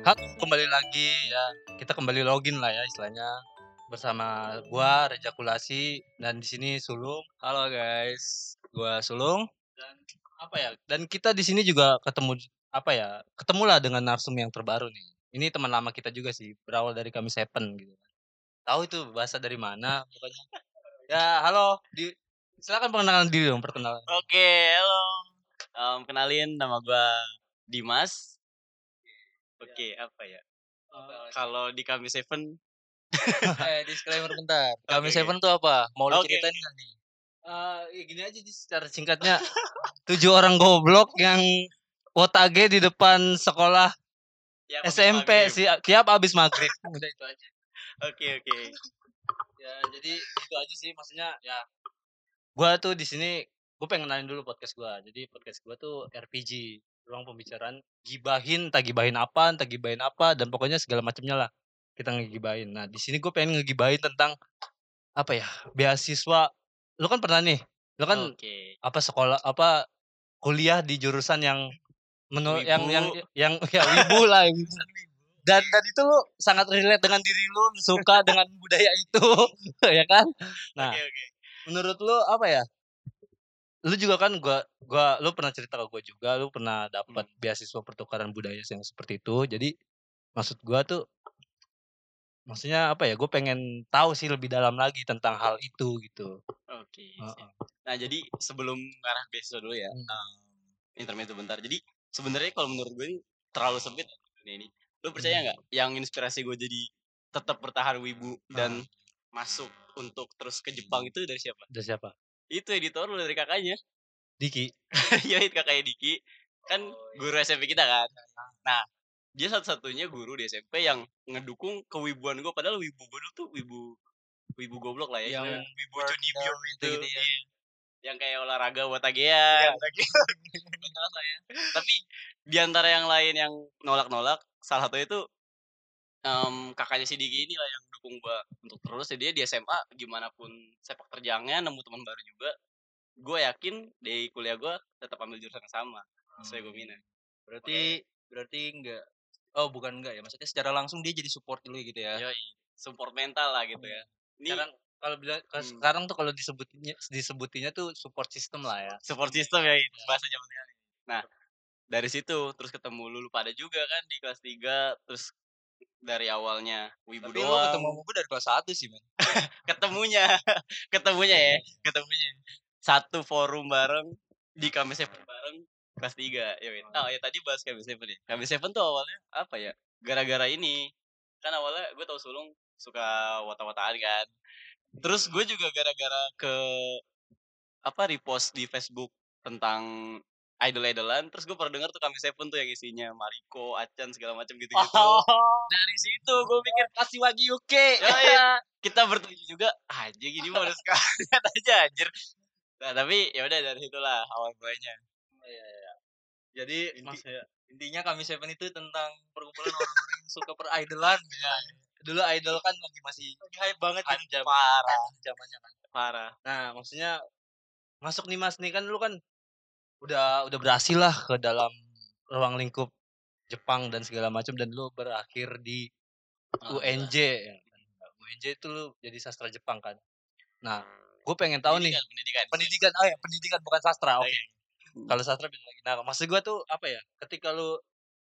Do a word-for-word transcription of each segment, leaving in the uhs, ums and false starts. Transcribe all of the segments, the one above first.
Halo, kembali lagi ya. Kita kembali login lah ya istilahnya bersama gua Rejakulasi dan di sini Sulung. Halo guys, gua Sulung dan apa ya? Dan kita di sini juga ketemu apa ya? Ketemulah dengan narsum yang terbaru nih. Ini teman lama kita juga sih, berawal dari kami Seven gitu. Tahu itu bahasa dari mana pokoknya. Ya, halo, di silakan perkenalan diri dong, perkenalan. Oke, halo. Mmm, kenalin nama gua Dimas. Oke, apa ya, kalau di kami Seven Eh, disclaimer bentar. oke Kami oke. Seven tuh apa? Mau lu Oke ceritain oke. nggak nih? Eee, ya gini aja sih secara singkatnya, tujuh orang goblok yang otage di depan sekolah Siap, habis S M P maghrib. si tiap abis maghrib. Udah itu aja. Oke oke. Ya jadi itu aja sih maksudnya ya, gua tuh di sini gua pengen kenalin dulu podcast gua. Jadi podcast gua tuh R P G, ruang pembicaraan gibahin, entah gibahin apa entah gibahin apa dan pokoknya segala macamnya lah, kita ngegibahin. Nah di sini gua pengen ngegibahin tentang apa ya, beasiswa. Lu kan pernah nih, lu kan Oke. apa sekolah apa kuliah di jurusan yang Menu yang yang Wibu. yang ya wibu lah gitu. Dan dan itu lu sangat relate dengan diri lu, suka dengan budaya itu, ya kan? Nah, Oke oke. menurut lu apa ya, lu juga kan gua gua lu pernah cerita ke gua juga, lu pernah dapat Mhm. beasiswa pertukaran budaya yang seperti itu. Jadi maksud gua tuh, maksudnya apa ya, gua pengen tahu sih lebih dalam lagi tentang hal itu gitu. Oke, siap. Heeh. Nah, jadi sebelum ngarah beasiswa dulu ya, Mmm, mmm, intermezzo bentar. Jadi sebenarnya kalau menurut gue ini terlalu sempit dunia ini. Lu percaya mmm, nggak yang inspirasi gue jadi tetap bertahan wibu dan heeh. masuk untuk terus ke Jepang itu dari siapa? Dari siapa? Itu editor lu dari kakaknya. Diki? Iya, itu kakaknya Diki, kan guru S M P kita kan. Nah, dia satu-satunya guru di S M P yang ngedukung kewibuan gue, padahal wibu gue dulu tuh wibu wibu goblok lah ya, Yang istilahnya wibu word Chunibyo nerd itu, gitu-gitu ya? iya, yang kayak olahraga buat Iya. tagihan, kelas lah ya. Tapi di antara yang lain yang nolak-nolak, salah satunya itu, mmm, kakaknya si Diki inilah yang dukung gua untuk terus, ya dia di S M A gimana pun sepak terjangnya, nemu teman baru juga, gue yakin di kuliah gue tetap ambil jurusan yang sama, sesuai gue minat. Makanya Berarti berarti enggak, oh bukan enggak ya, maksudnya secara langsung dia jadi support lu gitu ya? yoi, support mental lah gitu Mmm. ya. Ini Sekarang kalau bilang kalau mmm, sekarang tuh kalau disebutinnya disebutinnya tuh support system lah ya? support system ya itu Iya. bahasa zaman sekarang. Nah, dari situ terus ketemu lu, lu pada juga kan di kelas tiga, terus dari awalnya wibu Tapi lu doang, ketemu sama gue dari kelas satu sih, men. ketemunya ketemunya ya, ketemunya. Satu forum bareng, di Kami Seven bareng, kelas tiga, yoi. Oh ya tadi bahas Kami Seven ya, Kami Seven tuh awalnya apa ya, gara-gara ini, kan awalnya gue tahu Sulung suka watak-watakan kan, terus gue juga gara-gara ke apa, repost di Facebook tentang idol-idolan, terus gue pernah denger tuh Kami Seven tuh yang isinya Mariko, Acan, segala macam gitu-gitu. Oh, Dari situ gue mikir, kasih wagi Yuke. yoi, kita bertujuh juga, "Ah, anjing gini mah udah sekalian aja anjir." Nah, tapi ya udah dari situlah awal mulanya. Iya iya. Jadi Inti Mas ya, intinya Kami Seven itu tentang perkumpulan orang-orang yang suka peridolan ya. Dulu idol kan lagi masih lagi hype banget hype gitu jam parah, zamannya kan. parah. Nah, maksudnya masuk nih Mas nih kan lu kan udah udah berhasil lah ke dalam ruang lingkup Jepang dan segala macam dan lu berakhir di Alhamdulillah. U N J ya kan. U N J itu lu jadi sastra Jepang kan. Nah, gue pengen tahu nih Pendidikan pendidikan, sorry. pendidikan, oh ya pendidikan bukan sastra. Oke. Oke. Mhm. Kalau sastra beda lagi. Nah, maksud gue tuh apa ya? Ketika lu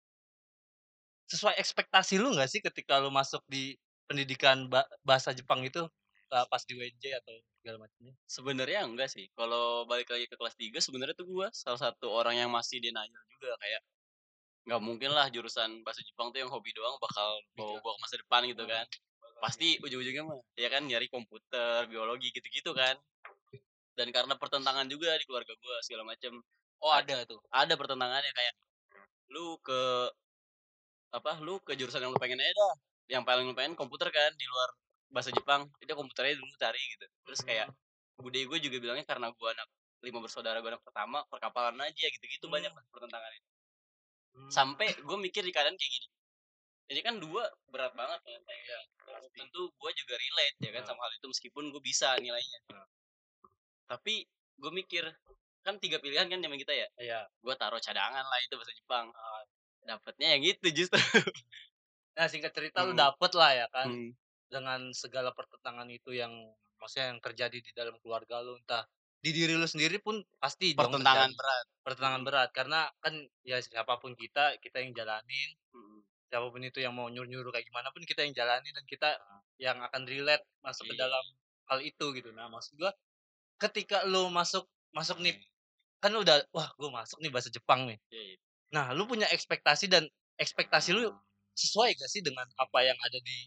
sesuai ekspektasi lu nggak sih ketika lu masuk di pendidikan ba bahasa Jepang itu, eee, pas di U N J atau segala macamnya? Sebenarnya enggak sih, kalau balik lagi ke kelas tiga sebenarnya tuh gua salah satu orang yang masih denial juga, kayak nggak mungkin lah jurusan bahasa Jepang tuh yang hobi doang bakal bawa Mikir, gua ke masa depan gitu heeh, kan. Pasti ujung-ujungnya mah ya kan nyari komputer, biologi gitu-gitu kan. Dan karena pertentangan juga di keluarga gua segala macem, oh ad ada tuh? ada pertentangannya kayak, "Lu ke apa, lu ke jurusan yang lu pengen aja dah, yang paling lu pengen komputer kan di luar bahasa Jepang, itu komputer aja dulu cari," gitu. Terus kayak bude gue juga bilangnya karena gue anak lima bersaudara, gue anak pertama, perkapalan aja gitu-gitu, banyak Mmm, lah pertentangannya. mmm, Sampai gue mikir di keadaan kayak gini, ini kan dua berat banget kan, iya, kayak pasti, tentu gue juga relate ya kan heeh, sama hal itu meskipun gue bisa nilainya. heeh, Tapi gue mikir, kan tiga pilihan kan zaman kita ya, iya, gue taruh cadangan lah itu bahasa Jepang, heeh, dapetnya yang itu justru. Nah, singkat cerita lu Mhm. dapet lah ya kan, Mhm. dengan segala pertentangan itu yang maksudnya yang terjadi di dalam keluarga lu, entah di diri lu sendiri pun pasti dong Pertentangan terjadi. berat. Pertentangan Mhm. berat karena kan ya siapapun kita, kita yang jalanin, Mhm. siapapun itu yang mau nyuruh-nyuruh kayak gimana pun kita yang jalani dan kita yang akan relate masuk ke Iya. dalam hal itu gitu. Nah, maksud gua ketika lu masuk masuk nih, kan lu udah, "Wah, gua masuk nih bahasa Jepang nih." Iya iya. Nah, lu punya ekspektasi dan ekspektasi lu sesuai gak sih dengan apa yang ada di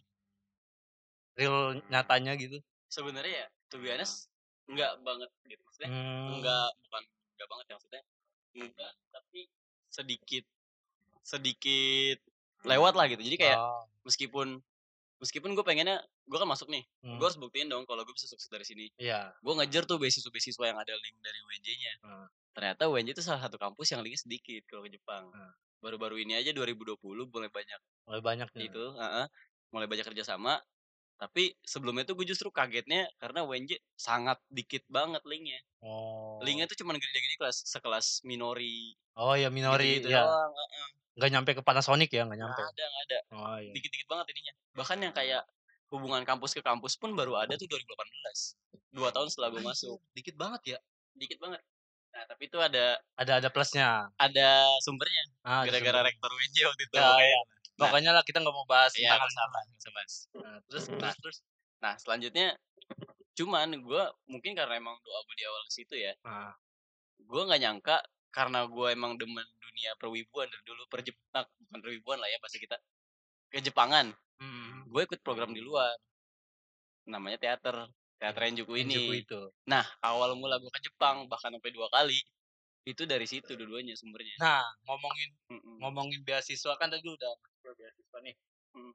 real nyatanya gitu? Sebenarnya ya, to be honest, enggak banget gitu, maksudnya Mmm. enggak bukan enggak banget ya, maksudnya enggak, tapi sedikit sedikit lewat lah gitu. Jadi kayak Oh. meskipun meskipun gue pengennya gue kan masuk nih, Mmm. gue harus buktiin dong kalau gue bisa sukses dari sini. Iya. Gue ngejar tuh beasiswa-beasiswa yang ada link dari U N J-nya. Heeh. Ternyata U N J itu salah satu kampus yang linknya sedikit kalau ke Jepang. Heeh. Baru-baru ini aja dua ribu dua puluh mulai banyak Mulai banyak nih. itu heeh, mulai banyak kerjasama. Tapi sebelumnya tuh gue justru kagetnya karena U N J sangat dikit banget linknya. Oh. Linknya tuh cuman gede-gede kelas sekelas Minori, Oh ya Minori, gitu-gitu iya. doang, heeh. Nggak nyampe ke Panasonic ya, nggak Nggak nyampe? ada nggak ada. Oh iya. Dikit-dikit banget ininya. Bahkan yang kayak hubungan kampus ke kampus pun baru ada tuh dua ribu delapan belas. dua tahun setelah gue masuk. Dikit banget ya? Dikit banget. Nah, tapi itu ada Ada ada plusnya. ada sumbernya. Ah, ada Gara-gara sumbernya. rektor U N J waktu itu Ya pokoknya. ya. Nah, Pokoknya lah kita nggak mau bahas iya tentang hal nggak itu salah, lah. nggak usah bahas. Nah, terus Nah terus terus? nah selanjutnya cuman gue mungkin karena emang doa gue di awal ke situ ya, Heeh. gue nggak nyangka karena gue emang demen dunia perwibuan dari dulu, perjep ah, bukan perwibuan lah ya bahasa kita, kejepangan. Mhm. Gue ikut program di luar, namanya teater, teater Enjuku Shinjuku ini. itu. Nah, awal mula gue ke Jepang bahkan sampai dua kali, itu dari situ dua-duanya sumbernya. Nah, ngomongin Mhm. ngomongin beasiswa kan tadi udah ke beasiswa nih. Mhm.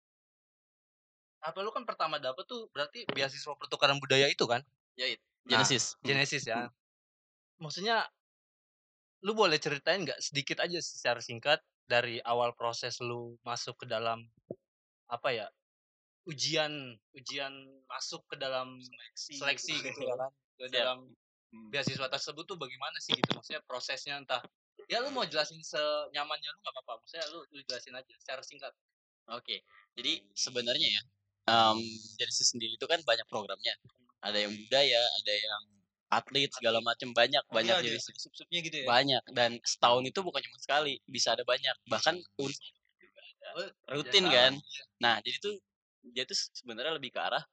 Apa lu kan pertama dapet tuh berarti beasiswa pertukaran budaya itu kan? Jahit, Nah, Genesis. Mhm. Genesis ya. Mhm. Maksudnya lu boleh ceritain nggak sedikit aja secara singkat dari awal proses lu masuk ke dalam apa ya, ujian ujian masuk ke dalam Seleksi seleksi gitu. gitu ya kan, ke Siap. dalam Mhm. beasiswa tersebut tuh bagaimana sih gitu? Maksudnya prosesnya entah ya lu mau jelasin senyamannya lu nggak apa-apa, maksudnya lu lu jelasin aja secara singkat. Oke. Jadi sebenarnya ya, mmm, Genesis sendiri itu kan banyak programnya. Ada yang budaya, ada yang atlet segala macam, banyak Oh banyak iya, ada jenis ada sub-subnya gitu ya? banyak dan setahun itu bukan cuma sekali, bisa ada banyak, bahkan un Oh, rutin kerjasama, kan. iya. Nah, jadi tuh dia tuh sebenarnya lebih ke arah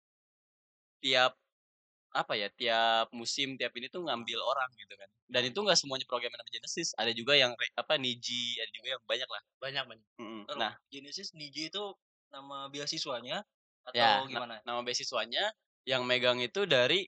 tiap apa ya, tiap musim, tiap ini tuh ngambil orang gitu kan. Dan itu nggak semuanya program nama Genesis, ada juga yang re apa, Niji, ada juga yang banyak lah. Banyak banyak. Mhm. Kalau Nah, Genesis Niji itu nama beasiswanya ya, atau na gimana? nama beasiswanya yang megang itu dari,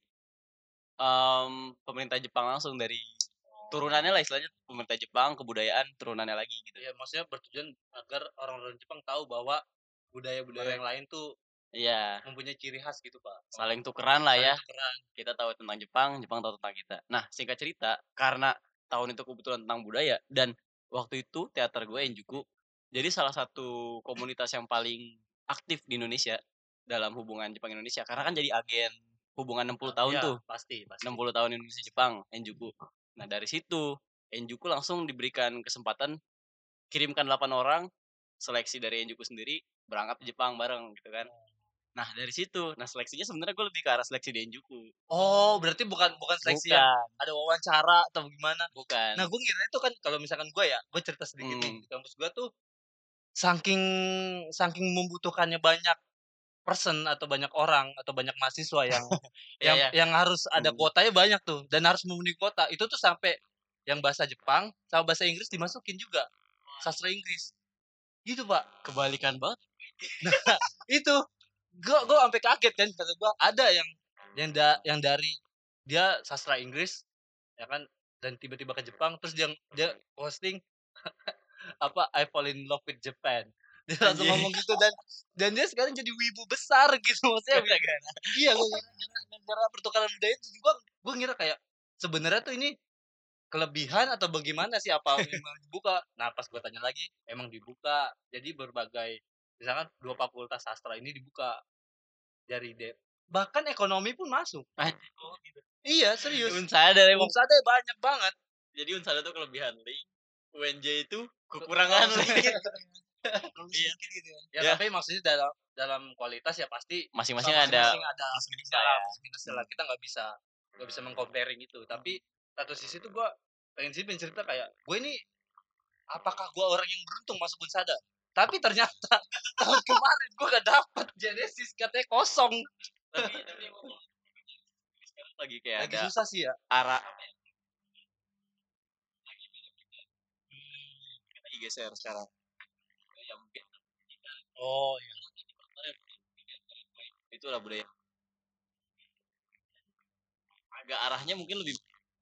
mmm, pemerintah Jepang langsung, dari turunannya lah istilahnya, pemerintah Jepang, kebudayaan turunannya lagi gitu. Ya maksudnya bertujuan agar orang-orang Jepang tahu bahwa budaya-budaya yang lain tuh Iya, mempunyai ciri khas gitu, Pak. saling tukeran lah ya. Saling tukeran. Kita tahu tentang Jepang, Jepang tahu tentang kita. Nah, singkat cerita, karena tahun itu kebetulan tentang budaya dan waktu itu teater gue Enjuku, jadi salah satu komunitas yang paling aktif di Indonesia dalam hubungan Jepang Indonesia. Karena kan jadi agen hubungan enam puluh tahun Iya, tuh, pasti pasti. enam puluh tahun Indonesia Jepang, Enjuku. Nah, dari situ Enjuku langsung diberikan kesempatan kirimkan delapan orang, seleksi dari Enjuku sendiri berangkat ke Jepang bareng gitu kan. Nah, dari situ. Nah, seleksinya sebenarnya gue lebih ke arah seleksi di Enjuku. Oh, berarti bukan bukan seleksi yang Bukan, ada wawancara atau gimana? bukan. Nah, gue ngira itu kan kalau misalkan gue ya, gue cerita sedikit nih, Mmm, di kampus gue tuh saking saking membutuhkannya banyak person atau banyak orang atau banyak mahasiswa yang iya yang iya. yang harus ada Mmm. kuotanya banyak tuh dan harus memenuhi kuota. Itu tuh sampai yang bahasa Jepang sama bahasa Inggris dimasukin juga, sastra Inggris. Gitu, Pak. Kebalikan banget. Itu gue gue sampai kaget kan kata gue ada yang yang da yang dari dia sastra Inggris ya kan dan tiba-tiba ke Jepang terus dia dia posting apa I fall in love with Japan dia langsung Anjing. ngomong gitu dan dan dia sekarang jadi wibu besar gitu maksudnya Gara-gara iya gara-gara gara pertukaran budaya itu gue gue ngira kayak sebenarnya tuh ini kelebihan atau bagaimana sih apa memang dibuka nah pas gue tanya lagi emang dibuka jadi berbagai misalkan dua fakultas sastra ini dibuka dari de bahkan ekonomi pun masuk. anjing. Iya, serius. Unsada emang. Unsada banyak banget. Jadi Unsada tuh kelebihan link, U N J itu kekurangan link. Iya. gitu ya. Ya, Ya. tapi maksudnya dalam dalam kualitas ya pasti Masing-masing sama ada masing-masing ada plus minusnya minusnya lah, ya. plus minusnya lah. Kita nggak bisa nggak bisa meng-comparing itu. Tapi satu sisi tuh gua pengen sih pengen cerita kayak gue ini apakah gua orang yang beruntung masuk Unsada? Tapi ternyata tahun kemarin gua gak dapet Genesis, katanya kosong. Tapi tapi emang sekarang lagi kayak Lagi ada susah sih ya. arah kita digeser sekarang. Ya mungkin Oh iya. itulah budaya. Agak arahnya mungkin lebih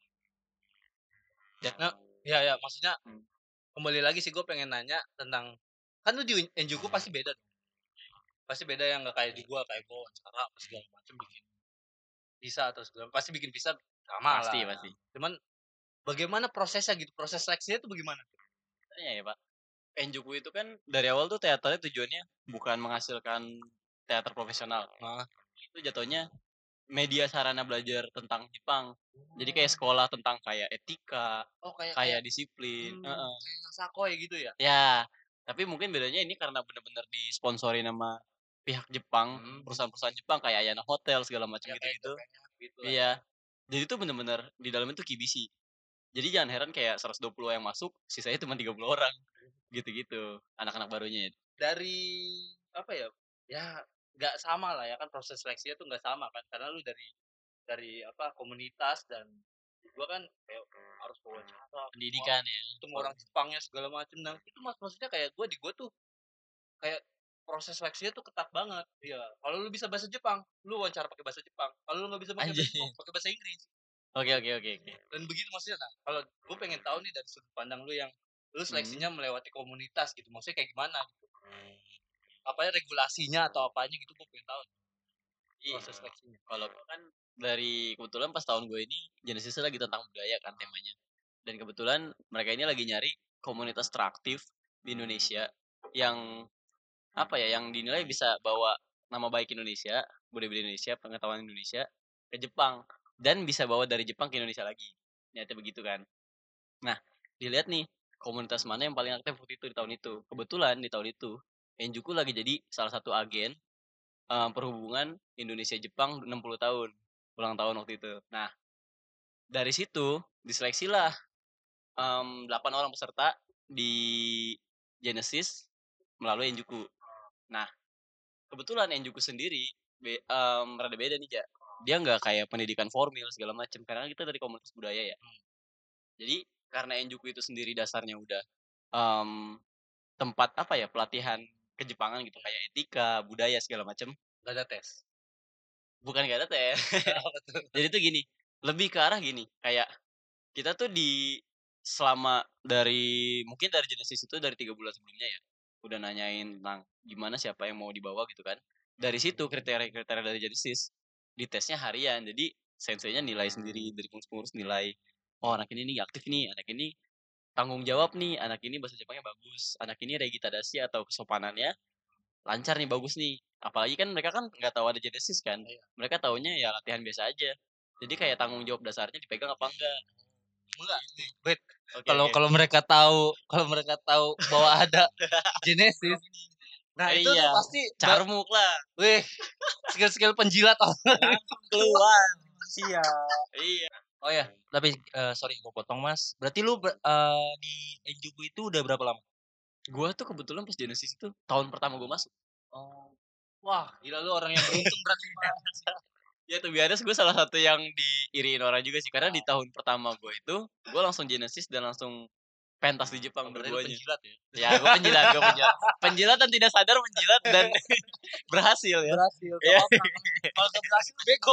Nah, ya ya maksudnya Hmm. kembali lagi sih gue pengen nanya tentang kan lu di Enjuku pasti beda dong. Pasti beda yang nggak kayak di gua kayak gua wawancara apa segala macam bikin bisa atau segala pasti bikin bisa sama pasti lah. pasti. Cuman bagaimana prosesnya gitu? Proses seleksinya itu bagaimana? Tanya ya Pak. Enjuku itu kan dari awal tuh teaternya tujuannya bukan menghasilkan teater profesional. Nah, Itu jatuhnya media sarana belajar tentang Jepang. Jadi kayak sekolah tentang kayak etika, oh kayak kayak kayak disiplin. hmm, Heeh. kayak Sasakoi gitu ya? Ya, tapi mungkin bedanya ini karena benar-benar disponsori nama pihak Jepang, Hmm. perusahaan-perusahaan Jepang kayak Ayana Hotel segala macam Ya kayak gitu-gitu. kayaknya gitu lah. Iya. Jadi itu benar-benar di dalamnya tuh kibisi. Jadi jangan heran kayak seratus dua puluh yang masuk, sisanya cuma tiga puluh orang. Gitu-gitu. Anak-anak barunya. Dari apa ya? Ya nggak sama lah ya kan proses seleksinya tuh nggak sama kan karena lu dari dari apa komunitas dan gua kan kayak harus wawancara Pendidikan ya. ketemu orang Jepangnya segala macam nah itu mas maksudnya kayak gua di gua tuh kayak proses seleksinya tuh ketat banget ya kalau lu bisa bahasa Jepang lu wawancara pakai bahasa Jepang kalau lu nggak bisa pakai bahasa Anjing. Jepang pakai bahasa Inggris Oke oke oke oke. dan begitu maksudnya nah kalau gue pengen tahu nih dari sudut pandang lu yang lu seleksinya melewati komunitas gitu maksudnya kayak gimana gitu apa ya regulasinya atau apanya gitu gue pengen tahu Iya. proses seleksinya Kalau gua kan dari kebetulan pas tahun gue ini Genesis lagi tentang budaya kan temanya. Dan kebetulan mereka ini lagi nyari komunitas teraktif di Indonesia yang apa ya yang dinilai bisa bawa nama baik Indonesia, budaya Indonesia, pengetahuan Indonesia ke Jepang dan bisa bawa dari Jepang ke Indonesia lagi. Nyata begitu kan. Nah, dilihat nih komunitas mana yang paling aktif waktu itu di tahun itu. Kebetulan di tahun itu Enjuku lagi jadi salah satu agen eh, perhubungan Indonesia Jepang enam puluh tahun ulang tahun waktu itu. Nah, dari situ diseleksilah em, delapan orang peserta di Genesis melalui Enjuku. Nah, kebetulan Enjuku sendiri be, em, rada beda nih, Ja. Dia nggak kayak pendidikan formal segala macam karena kita dari komunitas budaya ya. Jadi karena Enjuku itu sendiri dasarnya udah em, tempat apa ya pelatihan kejepangan gitu kayak etika, budaya segala macam. gak ada tes Bukan gak ada teh. Jadi tuh gini, lebih ke arah gini, kayak kita tuh di selama dari mungkin dari Genesis itu dari tiga bulan sebelumnya ya, udah nanyain tentang gimana siapa yang mau dibawa gitu kan. Dari situ kriteria-kriteria dari Genesis ditesnya harian. Jadi senseinya nilai sendiri dari pengurus-pengurus nilai. Oh anak ini nih aktif nih, anak ini tanggung jawab nih, anak ini bahasa Jepangnya bagus, anak ini regita dasi atau kesopanannya lancar nih bagus nih apalagi kan mereka kan nggak tahu ada Genesis kan mereka taunya ya latihan biasa aja jadi kayak tanggung jawab dasarnya dipegang apa enggak enggak wait oke kalau oke. kalau mereka tahu kalau mereka tahu bahwa ada Genesis nah Eh, itu tuh iya pasti carmuk lah wih skill-skill penjilat oh. keluar Iya. iya Oh ya, tapi eh, sorry gue potong Mas. Berarti lu ber- eh, di Enjuku itu udah berapa lama? gua tuh kebetulan pas Genesis itu tahun pertama gua masuk Oh, wah gila lu orang yang beruntung berarti ya tuh biasa gue salah satu yang diiriin orang juga sih karena di tahun pertama gue itu gue langsung Genesis dan langsung pentas di Jepang berarti lu dua-duanya penjilat ya ya gue penjilat gue penjilat penjilat dan tidak sadar menjilat dan berhasil ya berhasil Iya. kalau nggak berhasil lu bego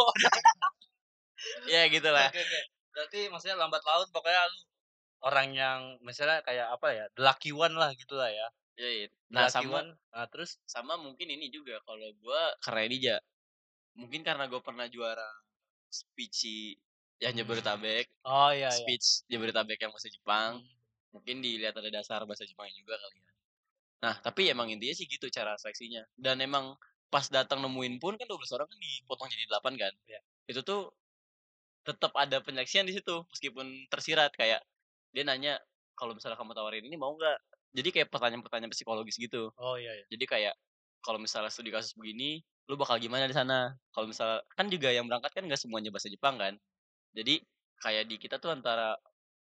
ya gitulah oke oke berarti maksudnya lambat laun pokoknya lu orang yang misalnya kayak apa ya the lucky one lah gitu lah ya ya, ya. The Nah lucky sama one nah terus sama mungkin ini juga kalau gue karena ini ja mungkin karena gue pernah juara speech yang Jabodetabek oh iya iya speech Jabodetabek yang bahasa Jepang Hmm. mungkin dilihat ada dasar bahasa Jepang juga kali ya nah tapi emang intinya sih gitu cara seleksinya dan emang pas datang nemuin pun kan dua belas orang kan dipotong jadi delapan kan Iya. itu tuh tetap ada penyeleksian di situ meskipun tersirat kayak dia nanya kalau misalnya kamu tawarin ini mau nggak Jadi kayak pertanyaan-pertanyaan psikologis gitu. Oh iya iya. Jadi kayak kalau misalnya studi kasus begini, lu bakal gimana di sana? Kalau misalnya kan juga yang berangkat kan nggak semuanya bahasa Jepang kan. Jadi kayak di kita tuh antara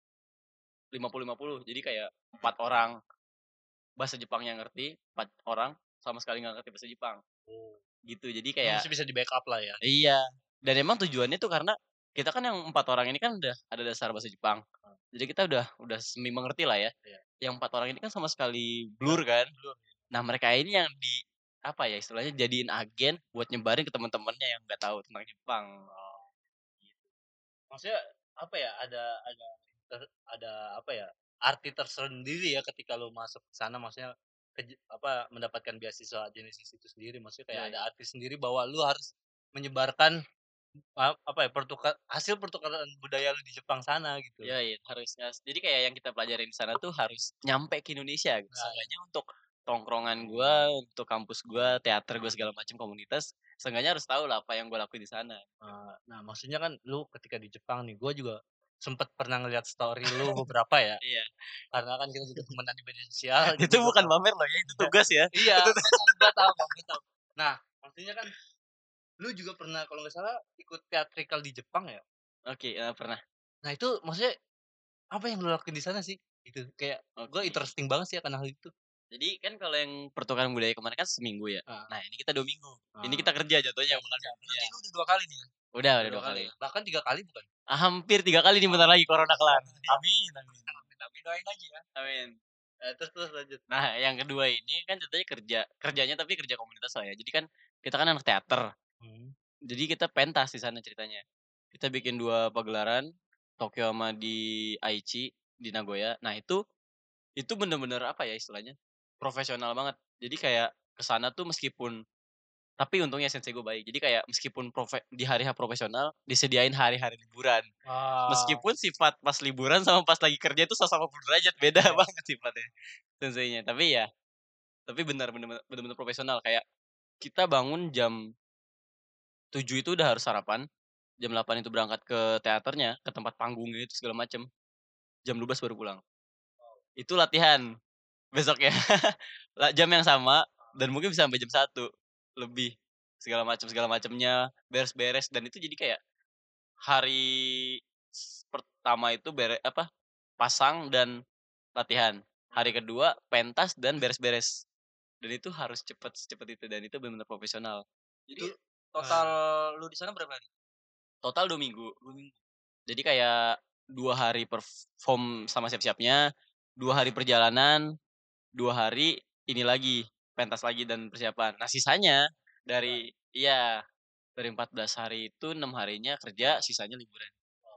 lima puluh lima puluh. Jadi kayak empat orang bahasa Jepang yang ngerti, empat orang sama sekali nggak ngerti bahasa Jepang. Oh. Gitu. Jadi Ya, kayak masih bisa di-backup lah ya. iya. Dan emang tujuannya tuh karena kita kan yang empat orang ini kan udah ada dasar bahasa Jepang. Jadi kita udah udah semi mengerti lah ya. Iya. Yang empat orang ini kan sama sekali blur kan. Blur. Nah mereka ini yang di apa ya istilahnya jadiin agen buat nyebarin ke teman-temannya yang nggak tahu tentang Jepang. Oh, gitu. Maksudnya apa ya? Ada ada ter, ada apa ya? Arti tersendiri ya ketika lu masuk ke sana, maksudnya ke, apa mendapatkan beasiswa Genesis itu sendiri, maksudnya kayak Iya, ada iya. arti sendiri bahwa lu harus menyebarkan a- apa ya pertukar hasil pertukaran budaya lu di Jepang sana gitu. Iya, iya, harusnya. Jadi kayak yang kita pelajarin di sana tuh harus nyampe ke Indonesia gitu. Nah, Seenggaknya untuk tongkrongan gua, untuk kampus gua, teater gua segala macam komunitas, seenggaknya harus tahu lah apa yang gua lakuin di sana. eh, nah maksudnya kan lu ketika di Jepang nih, gue juga sempet pernah ngeliat story lu beberapa ya, Iya. karena kan kita juga temenan di media sosial. jadi Itu gua bukan tahu. pamer loh ya, itu tugas ya. Iya, Itu gue tahu, gue tahu, gue tahu. Nah, maksudnya kan lu juga pernah kalau nggak salah ikut theatrical di Jepang ya. Oke, eh, pernah. Nah itu maksudnya apa yang lu lakuin di sana sih? Gitu kayak gue Oke. interesting banget sih akan hal itu. Jadi kan kalau yang pertukaran budaya kemarin kan seminggu ya. Ah, Nah, ini kita dua minggu. Ini ah. kita kerja jatuhnya bukan Kerja. iya. Berarti lu udah dua kali nih ya? Udah, Udah udah dua kali. bahkan tiga kali bukan? Ah, hampir tiga kali nih bentar lagi corona kelar. Amin, amin. Amin, amin. Doain aja ya. Amin. Eh, terus terus lanjut. Nah, yang kedua ini kan ceritanya kerja. Kerjanya tapi kerja komunitas lah ya. Jadi kan kita kan anak teater. Hmm. Jadi kita pentas di sana ceritanya. Kita bikin dua pagelaran, Tokyo sama di Aichi di Nagoya. Nah, itu itu bener-bener apa ya istilahnya? Profesional banget. Jadi kayak ke sana tuh meskipun tapi untungnya sensei gue baik. Jadi kayak meskipun profe, di hari-hari profesional disediain hari-hari liburan. Ah, Meskipun sifat pas liburan sama pas lagi kerja itu seratus lima puluh derajat beda Iya. banget sifatnya senseinya. Tapi ya, tapi benar benar benar profesional kayak kita bangun jam tujuh itu udah harus sarapan. Jam delapan itu berangkat ke teaternya, ke tempat panggungnya itu segala macem. Jam dua belas baru pulang. Itu latihan besoknya. Lah, jam yang sama dan mungkin bisa sampai jam satu lebih segala macam segala macamnya beres-beres dan itu jadi kayak hari s- pertama itu bere apa pasang dan latihan. Hari kedua pentas dan beres-beres. Dan itu harus cepet secepat itu dan itu benar-benar profesional. Jadi Itu total lu di sana berapa hari? total dua minggu. Dua minggu. Jadi kayak dua hari perform sama siap-siapnya, dua hari perjalanan, dua hari ini lagi pentas lagi dan persiapan. Nah sisanya dari iya dari empat belas hari itu enam harinya kerja, sisanya liburan.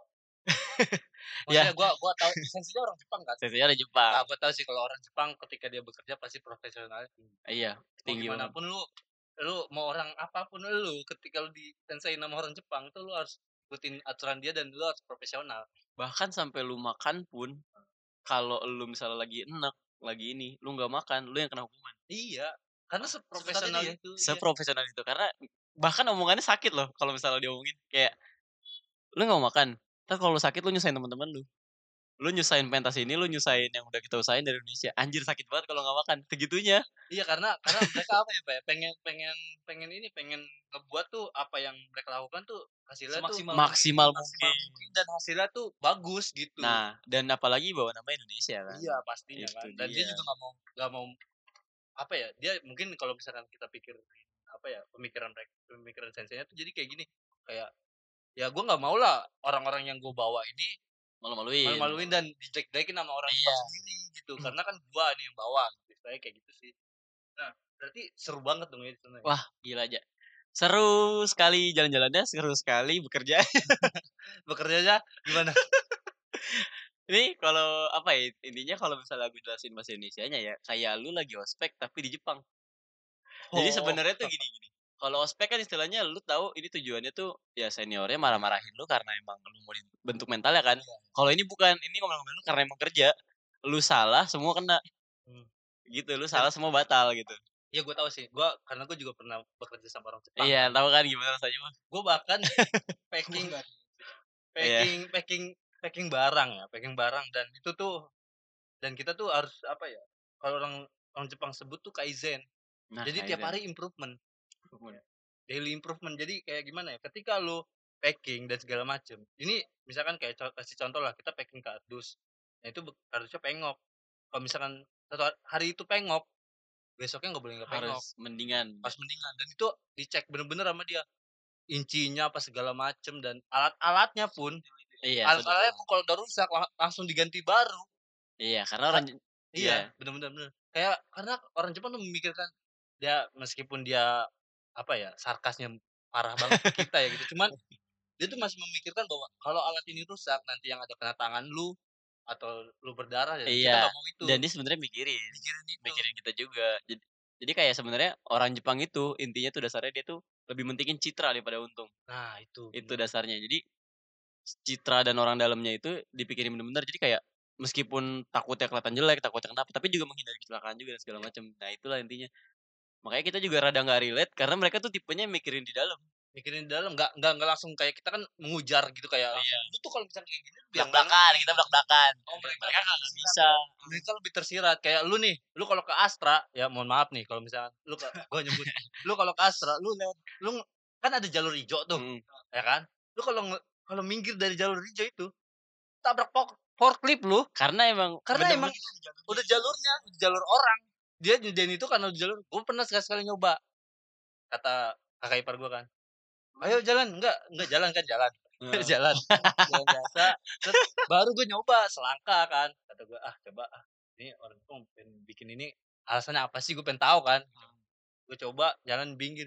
Ya, maksudnya gue gua tahu senseinya orang Jepang kan. sisanya ada Nah, Jepang. gue tahu sih kalau orang Jepang ketika dia bekerja pasti profesionalnya tinggi. Iya, Mau tinggi gimana banget. pun lu lu mau orang apapun lu ketika lu di sensei sama orang Jepang tuh lu harus ikutin aturan dia dan lu harus profesional. Bahkan sampai lu makan pun kalau lu misalnya lagi enak, lagi ini, lu nggak makan, lu yang kena hukuman. Iya, karena Seketat seprofesional itu ya? itu. Iya. Seprofesional itu karena bahkan omongannya sakit loh kalau misalnya diomongin kayak lu nggak mau makan. Ntar kalau lu sakit lu nyusahin teman-teman lu. Lu nyusahin pentas ini, lu nyusahin yang udah kita usahain dari Indonesia. Anjir sakit banget kalau nggak makan. Segitunya. Iya, karena karena mereka apa ya, Pak, ya, pengen pengen pengen ini, pengen ngebuat tuh apa yang mereka lakukan tuh hasilnya tuh Semaksimal Maksimal maksimal mungkin. mungkin dan hasilnya tuh bagus gitu. Nah, dan apalagi bawa nama Indonesia kan. Iya, pastinya Itu kan. Dan dia dia. juga nggak mau nggak mau apa ya, dia mungkin kalau misalkan kita pikir apa ya, pemikiran mereka pemikiran senseinya tuh jadi kayak gini, kayak ya gue nggak mau lah orang-orang yang gue bawa ini Malu-maluin. malu-maluin dan dijelek-jelekin sama orang Iya. Jepang sendiri gitu, karena kan gua nih yang bawa gitu, istilahnya kayak gitu sih. Nah, berarti seru banget dong ya di sana ya? Wah, gila aja. Seru sekali jalan-jalannya, seru sekali bekerja. Bekerjanya gimana? Ini kalau apa ya, intinya kalau misalnya aku jelasin bahasa Indonesianya ya, kayak lu lagi ospek tapi di Jepang. Jadi Oh, sebenarnya tuh gini-gini. Kalau ospek kan istilahnya lu tahu ini tujuannya tuh ya seniornya marah-marahin lu karena emang lu mau dibentuk mental ya kan. Kalau ini bukan, ini ngomong-ngomong lu karena emang kerja. Lu salah semua kena. Hmm. Gitu, lu salah semua batal gitu. Iya gue tahu sih, gua karena gue juga pernah bekerja sama orang Jepang Iya, kan. tahu kan gimana rasanya mah. Gue bahkan packing Enggak. packing packing packing barang ya, packing barang dan itu tuh dan kita tuh harus apa ya? kalau orang orang Jepang sebut tuh kaizen. Nah, Jadi tiap kaizen. hari improvement. Daily improvement. Jadi kayak gimana ya? Ketika lu packing dan segala macem. Ini misalkan kayak co- kasih contoh lah, kita packing kardus. Nah itu be- kardusnya pengok. Kalau misalkan satu hari itu pengok, besoknya nggak boleh nggak pengok. Harus mendingan. Pas mendingan. Dan itu dicek bener-bener sama dia. Incinya apa segala macem dan alat-alatnya pun. Iya, Alat-alatnya sedetail. pun kalau udah rusak lang- langsung diganti baru. Iya, karena orang Je- Iya, iya. bener-bener bener. Kayak karena orang Jepang tuh memikirkan dia meskipun dia apa ya sarkasnya parah banget ke kita ya gitu. Cuman dia tuh masih memikirkan bahwa kalau alat ini rusak nanti yang ada kena tangan lu atau lu berdarah ya kita Iya. nggak mau itu. Dan dia sebenarnya mikirin, Mikirin itu. mikirin kita juga. Jadi, jadi kayak sebenarnya orang Jepang itu intinya tuh dasarnya dia tuh lebih mentingin citra daripada untung. Nah, itu. Itu bener. dasarnya. Jadi citra dan orang dalamnya itu dipikirin bener-bener. Jadi kayak meskipun takutnya kelihatan jelek, takutnya kenapa, tapi juga menghindari kecelakaan juga dan segala macam. Nah, itulah intinya. Makanya kita juga rada nggak relate karena mereka tuh tipenya mikirin di dalam. Mikirin di dalam nggak nggak nggak langsung kayak kita kan mengujar gitu kayak Iya. lu tuh kalau misalnya kayak gini lu biar Belak-belakan, kita belak-belakan. Oh, mereka mereka nggak tersirat bisa. ya. Mereka lebih tersirat kayak lu nih, lu kalau ke Astra ya mohon maaf nih kalau misalnya lu ke gua nyebut lu kalau ke Astra lu lewat lu nge- kan ada jalur hijau tuh, Mm. ya kan? Lu kalau nge- kalau minggir dari jalur hijau itu tabrak pok forklift lu Karena emang karena bener-bener emang udah jalurnya, udah jalur orang. Dia nyudahin itu karena udah jalur. Gua pernah sekali-sekali nyoba. Kata kakak ipar gua kan, "Ayo jalan." Enggak, enggak jalan kan jalan. Heeh. Jalan. Jalan biasa. Terus baru gue nyoba selangkah kan. Kata gue, "Ah, coba ah. Ini orang Jepang pengen bikin ini alasannya apa sih? Gue pengen tahu kan." Gue coba jalan pinggir.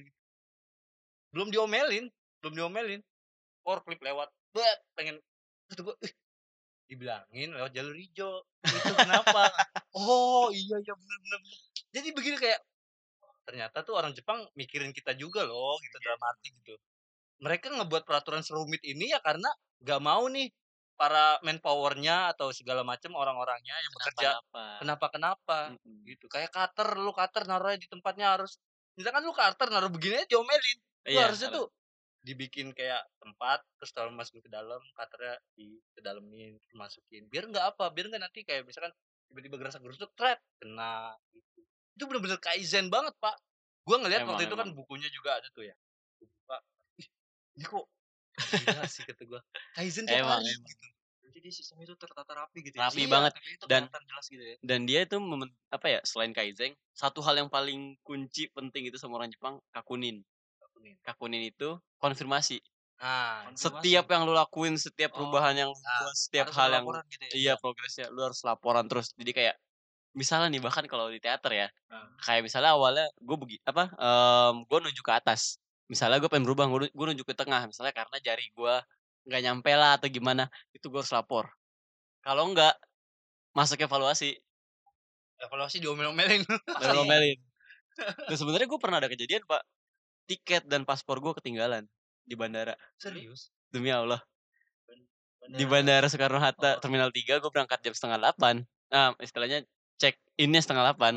Belum diomelin, belum diomelin. Forklift lewat. Bet, pengen kata gue, "Ih, dibilangin lewat jalur hijau. Itu kenapa?" Oh, iya iya bener bener bener. Jadi begini kayak ternyata tuh orang Jepang mikirin kita juga loh gitu dalam arti gitu. Mereka ngebuat peraturan serumit ini ya karena nggak mau nih para manpower-nya atau segala macam orang-orangnya yang bekerja Kenapa-napa. kenapa-kenapa Mm-mm. gitu. Kayak cutter, lu cutter naruhnya di tempatnya harus misalkan lu cutter naruh begini aja diomelin. Lu Iya, harusnya harus. tuh dibikin kayak tempat terus kalau masukin ke dalam cutternya di ke dalemin terus masukin. Biar nggak apa? Biar nggak nanti kayak misalkan tiba-tiba gerasa-gerusuk tret kena gitu. Itu bener-bener kaizen banget, Pak. Gua ngelihat Emang, waktu itu kan emang. bukunya juga ada tuh ya. Gua buka, ih, ini kok gila sih kata gua. Kaizen tiap Emang, hari emang. gitu. Jadi sistemnya itu tertata rapi gitu ya. Rapi Iya. banget. Tapi itu Dan kelihatan jelas gitu ya. dan dia itu memen- apa ya selain kaizen, satu hal yang paling kunci penting itu sama orang Jepang, kakunin. Kakunin itu konfirmasi. Nah, Konfirmasi. Setiap yang lu lakuin, setiap Oh, perubahan yang lu nah, buat, setiap harus hal ada yang laporan gitu ya. iya progresnya lu harus laporan terus. Jadi kayak misalnya nih bahkan kalau di teater ya, nah, kayak misalnya awalnya gue begi apa em gue nunjuk ke atas. Misalnya gue pengen berubah, gue gue nunjuk ke tengah misalnya karena jari gue nggak nyampe lah atau gimana, itu gue harus lapor. Kalau enggak masuk evaluasi, evaluasi diomel-omelin. baru ngomelin. Dan sebenarnya gue pernah ada kejadian pak, tiket dan paspor gue ketinggalan di bandara. Serius? Demi Allah. Bandara- Di Bandara Soekarno Hatta Oh. Terminal tiga gue berangkat jam setengah delapan. Nah istilahnya check innya setengah delapan.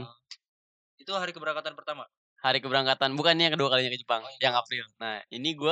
Itu hari keberangkatan pertama. Hari keberangkatan, bukannya yang kedua kalinya ke Jepang, Oh, yang April. Nah ini gue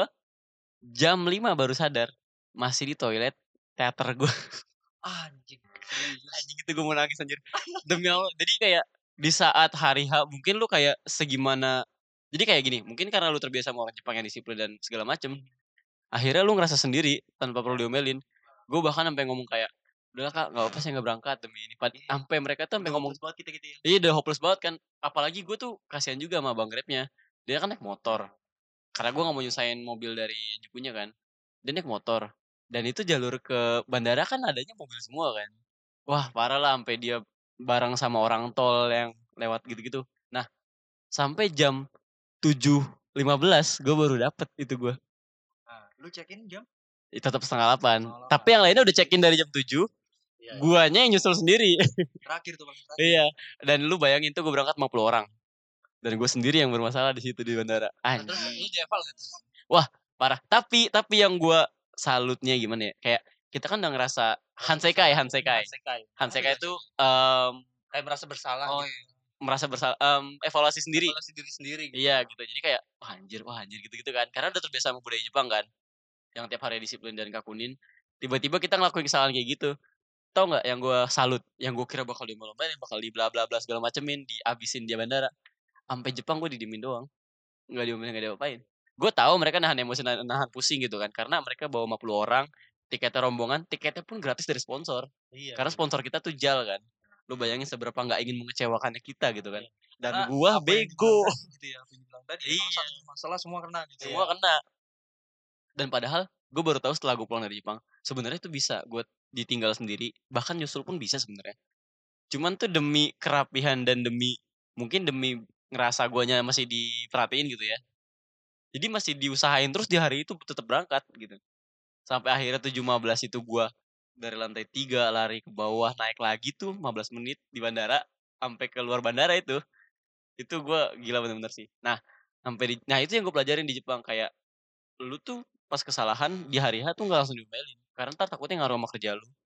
jam lima baru sadar, masih di toilet teater gue. Anjing. Serius. Anjing itu gue mau nangis anjir. Demi Allah. Jadi kayak di saat hari H mungkin lu kayak segimana. Jadi kayak gini, mungkin karena lu terbiasa sama orang Jepang yang disiplin dan segala macem. Akhirnya lu ngerasa sendiri tanpa perlu diomelin. Gue bahkan sampai ngomong kayak, udah kak nggak apa saya nggak berangkat demi ini. Pad- Sampai mereka tuh sampai ngomong, banget kita gitu ya. iya udah hopeless banget kan. Apalagi gue tuh kasihan juga sama bang Grabnya. Dia kan naik motor. Karena gue nggak mau nyusahin mobil dari Jukunya kan. Dia naik motor. Dan itu jalur ke bandara kan adanya mobil semua kan. Wah parah lah sampai dia bareng sama orang tol yang lewat gitu-gitu. Nah sampai jam tujuh lima belas gue baru dapet itu gue. Nah, lu check-in jam Tetap setengah delapan. Setengah delapan. Tapi yang lainnya udah check-in dari jam tujuh. Iya, iya. Guanya yang nyusul sendiri. terakhir tuh paling terakhir. Iya. Dan lu bayangin tuh gue berangkat lima puluh orang. Dan gue sendiri yang bermasalah di situ di bandara. Nah, terus Anjing. lu dieval kan? Parah. Tapi tapi yang gue salutnya gimana ya? Kayak kita kan udah ngerasa hansekai, hansekai. Hansekai. Hansekai itu em, Kayak merasa bersalah Oh, gitu. iya. merasa bersalah, em, evaluasi sendiri. Evaluasi diri sendiri gitu. Iya gitu. Jadi kayak wah anjir, wah anjir gitu-gitu kan. Karena udah terbiasa sama budaya Jepang kan. Yang tiap hari disiplin dan kakunin. Tiba-tiba kita ngelakuin kesalahan kayak gitu. tau nggak yang gue salut, yang gue kira bakal dilomba-lombain, yang bakal di bla bla bla segala macemin, dihabisin di bandara. Sampai Jepang gue didiemin doang, nggak diomelin, nggak diapa-apain. Gue tahu mereka nahan emosi, nahan, nahan pusing gitu kan, karena mereka bawa lima puluh orang, tiketnya rombongan, tiketnya pun gratis dari sponsor. Iya. Karena sponsor kita tuh J A L kan. Lu bayangin seberapa nggak ingin mengecewakannya kita gitu kan. Iya. Dan Karena gua apa yang dibilang bego. tadi gitu ya, apa yang dibilang tadi. Iya. Masalah, masalah semua kena gitu. Semua kena. Dan padahal gue baru tahu setelah gue pulang dari Jepang, sebenarnya itu bisa gue ditinggal sendiri, bahkan nyusul pun bisa sebenarnya. Cuman tuh demi kerapihan dan demi mungkin demi ngerasa guanya masih diperhatiin gitu ya. Jadi masih diusahain terus di hari itu tetap berangkat gitu. Sampai akhirnya tujuh lima belas itu gua dari lantai tiga lari ke bawah, naik lagi tuh lima belas menit di bandara sampai ke luar bandara itu. Itu gua gila bener-bener sih. Nah, sampai di nah itu yang gue pelajarin di Jepang kayak lu tuh pas kesalahan di hari H tuh nggak langsung diomelin. Karena ntar takutnya ngaruh sama kerja lu.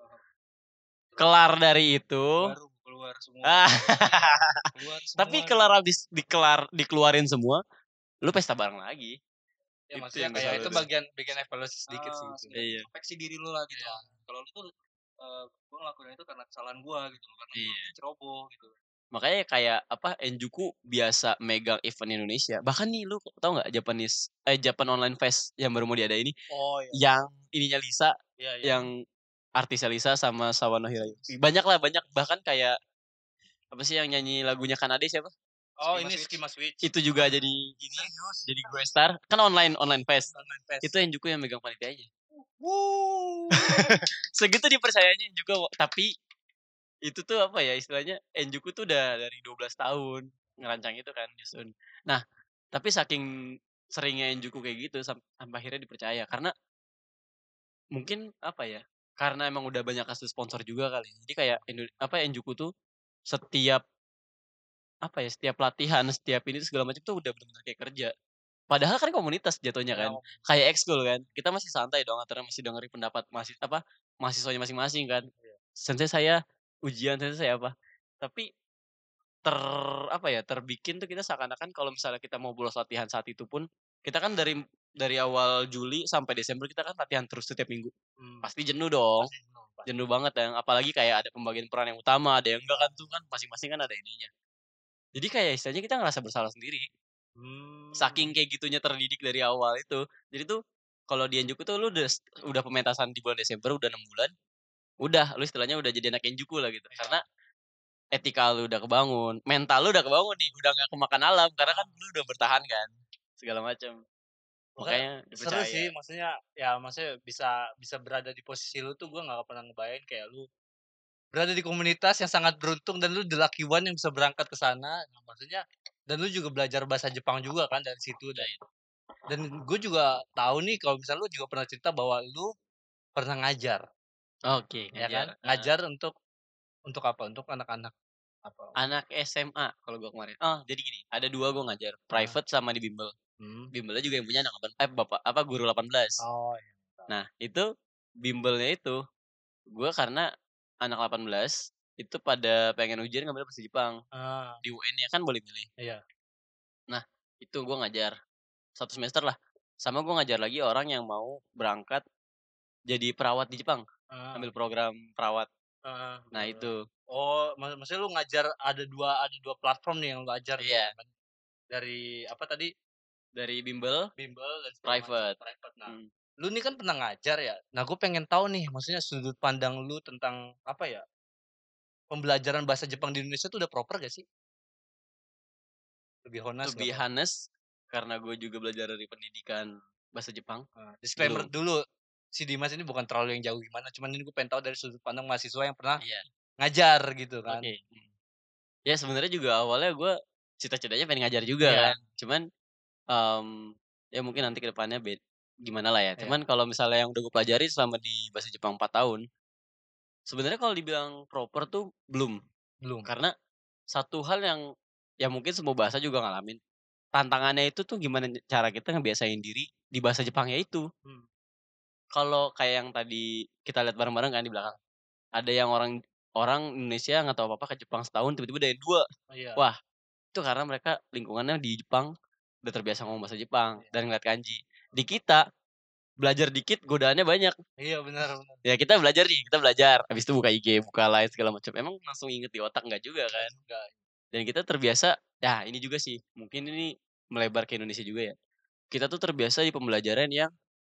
Kelar dari itu Baru keluar semua. ah, Keluar semua. tapi kelar habis dikelar dikeluarin semua, lu pesta bareng lagi. Ya Itu maksudnya yang gue kayak salut itu tuh. bagian bagian evaluasi sedikit sih. Ah, Itu. iya. Introspeksi diri lu lah gitu. Kalau lu tuh uh, gue ngelakuin itu karena kesalahan gue gitu loh, karena Iya. gue ceroboh gitu. Makanya kayak apa Enjuku biasa megang event Indonesia. Bahkan nih lu tau nggak Japanese eh Japan Online Fest yang baru mau diadain ini Oh iya. yang ininya Lisa, Iya, iya. yang artisnya Lisa sama Sawano Hirayoshi. Banyak lah banyak bahkan kayak apa sih yang nyanyi lagunya Kanade siapa? Oh Schema ini Switch. Schema Switch. Itu juga jadi ini jadi gue star kan online online fest. Online Fest. Itu Enjuku yang megang panitianya. Wuh. Segitu dipercayanya juga tapi itu tuh apa ya istilahnya Enjuku tuh udah dari dua belas tahun ngerancang itu kan nyusun. Nah, tapi saking seringnya Enjuku kayak gitu sam- sampai akhirnya dipercaya karena mungkin apa ya? Karena emang udah banyak kasus sponsor juga kali. Jadi kayak Indo- apa Enjuku tuh setiap apa ya, setiap latihan, setiap ini segala macam tuh udah benar-benar kayak kerja. Padahal kan komunitas jatuhnya kan. Ya, Kayak ekskul kan. Kita masih santai dong aturan masih dengerin pendapat masih apa mahasiswanya masing-masing kan. Sensei saya ujian, sensei saya apa. Tapi ter apa ya terbikin tuh kita seakan-akan kalau misalnya kita mau bolos latihan saat itu pun kita kan dari dari awal Juli sampai Desember kita kan latihan terus setiap minggu hmm, pasti jenuh dong pasti jenuh, pasti. jenuh banget yang apalagi kayak ada pembagian peran yang utama ada yang enggak kan tuh kan masing-masing kan ada ininya jadi kayak istilahnya kita ngerasa bersalah sendiri Hmm. saking kayak gitunya terdidik dari awal itu jadi tuh kalau di Enjuku tuh lu udah udah pementasan di bulan Desember udah enam bulan udah lu istilahnya udah jadi anak Enjuku lah gitu karena etika lu udah kebangun, mental lu udah kebangun nih, udah gak kemakan alam karena kan lu udah bertahan kan, segala macam. Makanya Seru dipercaya. sih, maksudnya ya maksudnya bisa bisa berada di posisi lu tuh gue nggak pernah ngebayangin kayak lu berada di komunitas yang sangat beruntung dan lu the lucky one yang bisa berangkat ke sana. Nah, maksudnya dan lu juga belajar bahasa Jepang juga kan dari situ dan dan gue juga tahu nih kalau misalnya lu juga pernah cerita bahwa lu pernah ngajar, Oke, ya kan? ngajar. Heeh. Ngajar untuk untuk apa? Untuk anak-anak apa? Anak S M A kalau gua kemarin. Oh, jadi gini, ada dua gua ngajar, private sama di bimbel. Hmm. Bimbelnya juga yang punya anak delapan eh bapak apa guru delapan belas. Oh iya. Nah, itu bimbelnya itu gua karena anak delapan belas itu pada pengen ujian ngambil bahasa Jepang. Ah, Di U N-nya kan boleh milih. iya. Nah, itu gua ngajar satu semester lah. Sama gua ngajar lagi orang yang mau berangkat jadi perawat di Jepang, Ah, ambil program perawat. ah, Nah, betul. itu. Oh, mak maksudnya lu ngajar ada dua ada dua platform nih yang lu ajar nih, Iya. ya kan? Dari apa tadi? Dari bimbel, Bimbel dan segala macam, private. private. Nah, Hmm. lu nih kan pernah ngajar ya. Nah, gue pengen tahu nih, maksudnya sudut pandang lu tentang apa ya? Pembelajaran bahasa Jepang di Indonesia tuh udah proper gak sih? Lebih To honest be gak apa? honest, karena gue juga belajar dari pendidikan bahasa Jepang. Nah, disclaimer Belum. dulu, si Dimas ini bukan terlalu yang jauh gimana, cuman ini gue pengen tahu dari sudut pandang mahasiswa yang pernah Iya. ngajar gitu kan. Oke. Hmm. Ya sebenarnya juga awalnya gue cita-citanya pengen ngajar juga Iya. kan. Cuman em, ya mungkin nanti ke depannya bed gimana lah ya. Iya. Cuman kalau misalnya yang udah gue pelajari selama di bahasa Jepang empat tahun, sebenarnya kalau dibilang proper tuh belum. Belum. Karena satu hal yang ya mungkin semua bahasa juga ngalamin. Tantangannya itu tuh gimana cara kita ngebiasain diri di bahasa Jepangnya itu. Hmm. Kalau kayak yang tadi kita lihat bareng-bareng kan di belakang. Ada yang orang orang Indonesia nggak tahu apa-apa ke Jepang setahun tiba-tiba dari dua. Oh, iya. Wah, itu karena mereka lingkungannya di Jepang udah terbiasa ngomong bahasa Jepang Iya. dan ngeliat kanji. Di kita belajar dikit godaannya banyak. Iya benar benar. Ya kita belajar nih, kita belajar. Habis itu buka I G, buka Line segala macam. Emang langsung inget di otak enggak juga kan? Enggak. Dan kita terbiasa, ya ini juga sih, mungkin ini melebar ke Indonesia juga ya. Kita tuh terbiasa di pembelajaran yang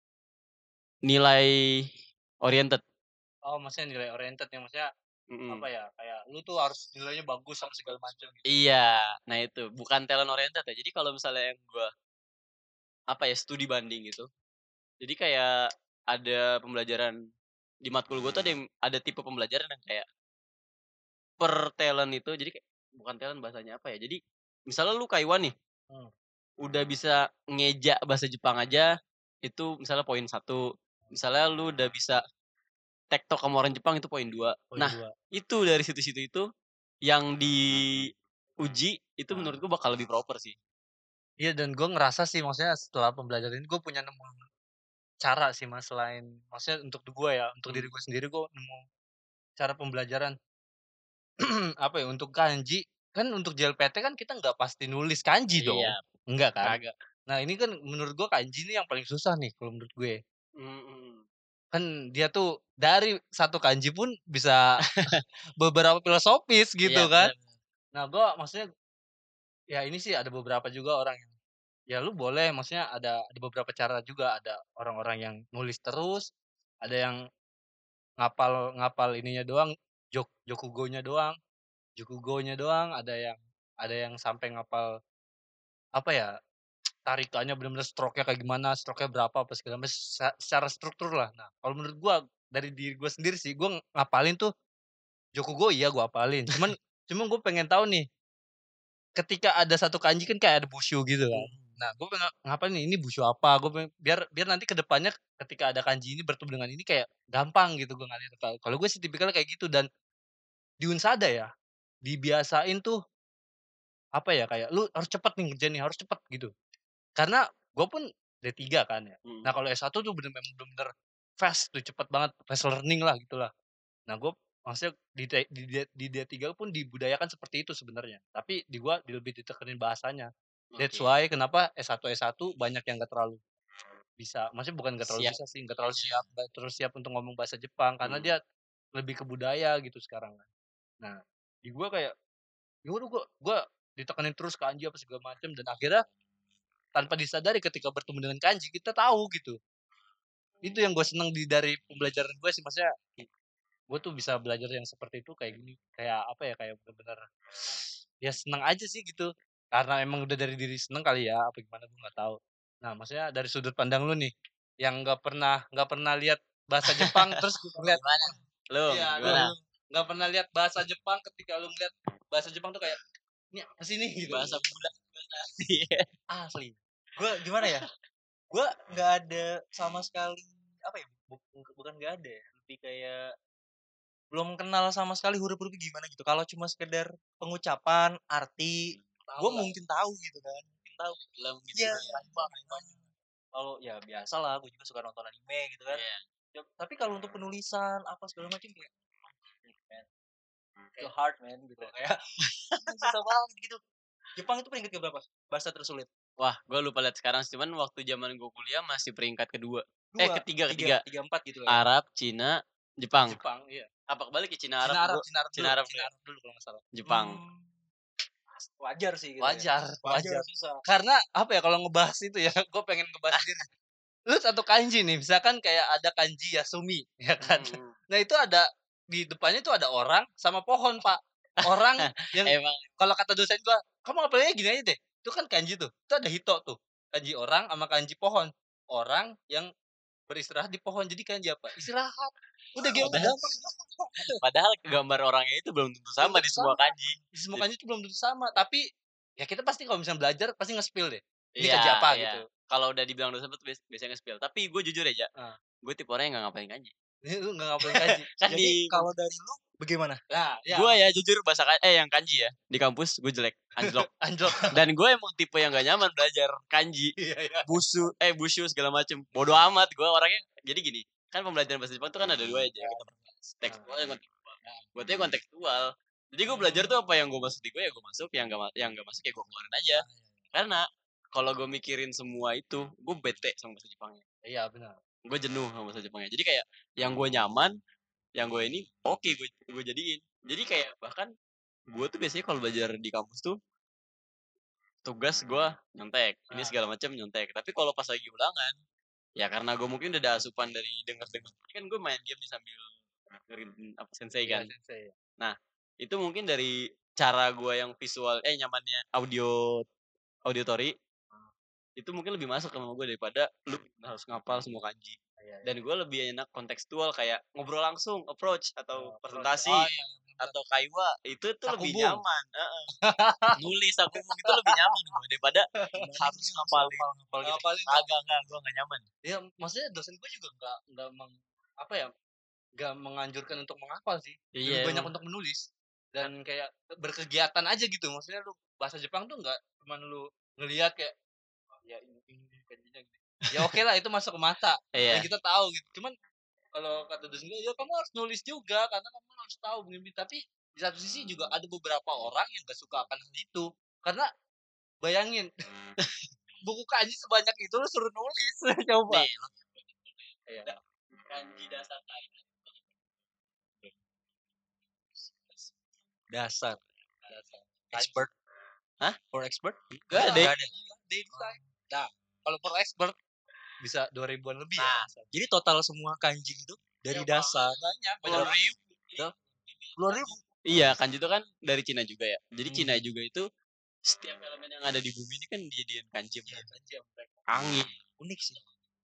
nilai oriented. Oh, maksudnya nilai oriented yang maksudnya Mhm. apa ya? Kayak lu tuh harus nilainya bagus sama segala macam gitu. Iya, nah itu bukan talent oriented ya. Jadi kalau misalnya yang gua apa ya studi banding gitu. Jadi kayak ada pembelajaran di matkul gua tuh ada yang ada tipe pembelajaran yang kayak per talent itu jadi kayak bukan talent bahasanya apa ya. Jadi misalnya lu Kaiwan nih, Hmm. udah bisa ngeja bahasa Jepang aja itu misalnya poin satu. Misalnya lu udah bisa tektok sama orang Jepang itu poin dua. Poin Nah, dua. itu dari situ-situ itu yang diuji itu menurut gua bakal lebih proper sih. Iya dan gue ngerasa sih maksudnya setelah pembelajaran ini gue punya nemu cara sih mas selain maksudnya untuk gue ya untuk diri Hmm. gue sendiri gue nemu cara pembelajaran apa ya untuk kanji kan untuk J L P T kan kita nggak pasti nulis kanji dong Iya, enggak kan kagak. nah ini kan menurut gue kanji ini yang paling susah nih kalau menurut gue Mhm. kan dia tuh dari satu kanji pun bisa beberapa filosofis gitu Iya, kan bener. nah gue maksudnya ya ini sih ada beberapa juga orang yang ya lu boleh maksudnya ada ada beberapa cara juga ada orang-orang yang nulis terus ada yang ngapal ngapal ininya doang jok jokugonya doang jokugonya doang ada yang ada yang sampai ngapal apa ya tarikannya benar-benar stroke-nya kayak gimana stroke-nya berapa apa segala macam seca- secara struktur lah nah kalau menurut gua dari diri gua sendiri sih gua ngapalin tuh jokugo iya gua hafalin cuman cuman gua pengen tahu nih ketika ada satu kanji kan kayak ada bushu gitu kan. Nah, gue pengen ngapain nih ini bushu apa? Gue pengen biar biar nanti ke depannya ketika ada kanji ini bertemu dengan ini kayak gampang gitu gue ngalir. Kalau kalau gue sih tipikalnya kayak gitu dan di Unsada ya dibiasain tuh apa ya kayak lu harus cepet nih ngerjain nih harus cepet gitu. Karena gue pun D tiga kan ya. Mhm. Nah, kalau S satu tuh bener-bener bener-bener fast tuh cepet banget fast learning lah gitulah. Nah, gue maksudnya di D- di D- di D tiga pun dibudayakan seperti itu sebenarnya. Tapi di gua di lebih ditekenin bahasanya. That's Oke. why kenapa S satu S satu banyak yang gak terlalu bisa. Maksudnya bukan gak terlalu Siap. bisa sih, gak terlalu siap, gak terlalu siap untuk ngomong bahasa Jepang karena Mhm. dia lebih ke budaya gitu sekarang kan. Nah, di gua kayak ya udah gua gua ditekenin terus kanji apa segala macam dan akhirnya tanpa disadari ketika bertemu dengan kanji kita tahu gitu. Itu yang gue seneng di dari pembelajaran gue sih maksudnya gue tuh bisa belajar yang seperti itu kayak gini kayak apa ya kayak bener-bener ya seneng aja sih gitu karena emang udah dari diri seneng kali ya apa gimana gue nggak tahu nah maksudnya dari sudut pandang lu nih yang nggak pernah nggak pernah lihat bahasa Jepang terus ngeliat Gimana? Lu iya lu gimana? lu nggak pernah lihat bahasa Jepang ketika lu ngeliat bahasa Jepang tuh kayak ini apa sih nih gitu Bahasa budak. Iya. Asli. Gue gimana ya? Gue nggak ada sama sekali apa ya? bu- Bukan nggak ada ya. Lebih kayak belum kenal sama sekali huruf-huruf gimana gitu. Kalau cuma sekedar pengucapan, arti, gue mungkin tahu gitu kan. Mungkin tahu. Film gitu Iya. ya. Kalau ya biasa lah, gue juga suka nonton anime gitu kan. Iya. Ya, tapi kalau untuk penulisan apa segala macam kayak man, kayak hard man gitu kayak susah banget gitu. Jepang itu peringkat ke berapa? Bahasa tersulit. Wah, gue lupa lihat sekarang sih, cuman waktu zaman gue kuliah masih peringkat kedua. Eh, Dua, ketiga, tiga, ketiga. tiga empat gitu lah. Ya. Arab, Cina, Jepang. Jepang iya Apa kebalik ya Cina Arab? Cina Arab Gua- Cina Arab Cina dulu Arab Cina dulu. Arab dulu kalau nggak salah Jepang. Hmm, wajar sih gitu. wajar Ya. wajar Wajar susah. karena apa ya kalau ngebahas itu ya gue pengen ngebahas sendiri lu satu kanji nih misalkan kayak ada kanji Yasumi ya kan Hmm. nah itu ada di depannya itu ada orang sama pohon pak orang yang Emang kalau kata dosen gua kamu ngapainnya gini aja deh itu kan kanji tuh itu ada hito tuh kanji orang sama kanji pohon orang yang beristirahat di pohon jadi kanji apa istirahat udah gitu Padahal- gampang padahal gambar orangnya itu belum tentu sama di tentu semua sama. kanji. di semua kanji itu belum tentu sama tapi ya kita pasti kalau misalnya belajar pasti nge-spill deh ini Iya, kanji apa iya. gitu Kalau udah dibilang dosen tuh bias- biasanya nge-spill. Tapi gue jujur aja, Ah. gue tipe orang yang gak ngapain kanji. ini lu nggak ngapain kanji Kan Jadi di kalau dari lu bagaimana? nah ya gue ya jujur bahasa kan- eh yang kanji ya di kampus gue jelek anjlok. anjlok Dan gue emang tipe yang gak nyaman belajar kanji, iya iya busu, eh bushu segala macem. Bodoh amat gue orangnya. Jadi gini, kan pembelajaran bahasa Jepang tuh kan ada dua aja. Kita tekstual yang kontekstual. Gue tuh yang kontekstual. Jadi gue belajar tuh apa yang gue masuk di gue ya gue masuk, yang gak yang gak masuk ya gue keluarin aja. Karena kalau gue mikirin semua itu, gue bete sama bahasa Jepangnya. iya benar gue jenuh sama bahasa Jepangnya. Jadi kayak yang gue nyaman, yang gue ini oke gue gue jadiin. Jadi kayak bahkan gue tuh biasanya kalau belajar di kampus tuh tugas gue nyontek, ini Nah. segala macam nyontek. Tapi kalau pas lagi ulangan, ya karena gue mungkin udah ada asupan dari denger-denger kan gue main game nih sambil dengerin apa sensei Iya, kan. sensei. Nah, itu mungkin dari cara gue yang visual eh nyamannya audio auditory itu mungkin lebih masuk sama gue daripada lu harus ngapal semua kanji. Iya, iya. Dan gue lebih enak kontekstual kayak ngobrol langsung, approach atau Oh, presentasi oh, iya, bener. atau kaiwa itu tuh lebih Sakubung. nyaman. Heeh. Nulis aku ngomong itu lebih nyaman gue daripada harus ngapalin. Ngapal gitu. Ngapalin agak enggak gue enggak nyaman. Iya, maksudnya dosen gue juga nggak nggak meng, apa ya, nggak menganjurkan untuk menghafal sih. Lebih Iya. banyak emang. untuk menulis dan kayak berkegiatan aja gitu. Maksudnya lu bahasa Jepang tuh nggak cuman lu ngelihat kayak ya ini ini kanjinya gitu. Ya oke lah itu masuk ke mata. Iya. Dan kita tahu gitu. Cuman kalau kata dosen gue, ya kamu harus nulis juga karena kamu harus tahu begini. Tapi di satu sisi juga ada beberapa orang yang gak suka akan hal itu. Karena bayangin buku kanji sebanyak itu lu suruh nulis. Coba. Nih, Iya. kanji dasar kain. Dasar. Dasar. Expert. Hah? For expert? Enggak ada. Nggak ada. Desain. Nah, kalau per expert bisa dua ribuan lebih Nah, ya. Jadi total semua kanji itu dari Ya, dasar banyak. Sepuluh Banyak. ribu. sepuluh ribu. Iya, kanji itu kan dari Cina juga ya. Jadi Hmm. Cina juga itu setiap elemen yang ada di bumi ini kan dijadiin kanji. Iya, kanji yang mereka. Angin, Unik sih.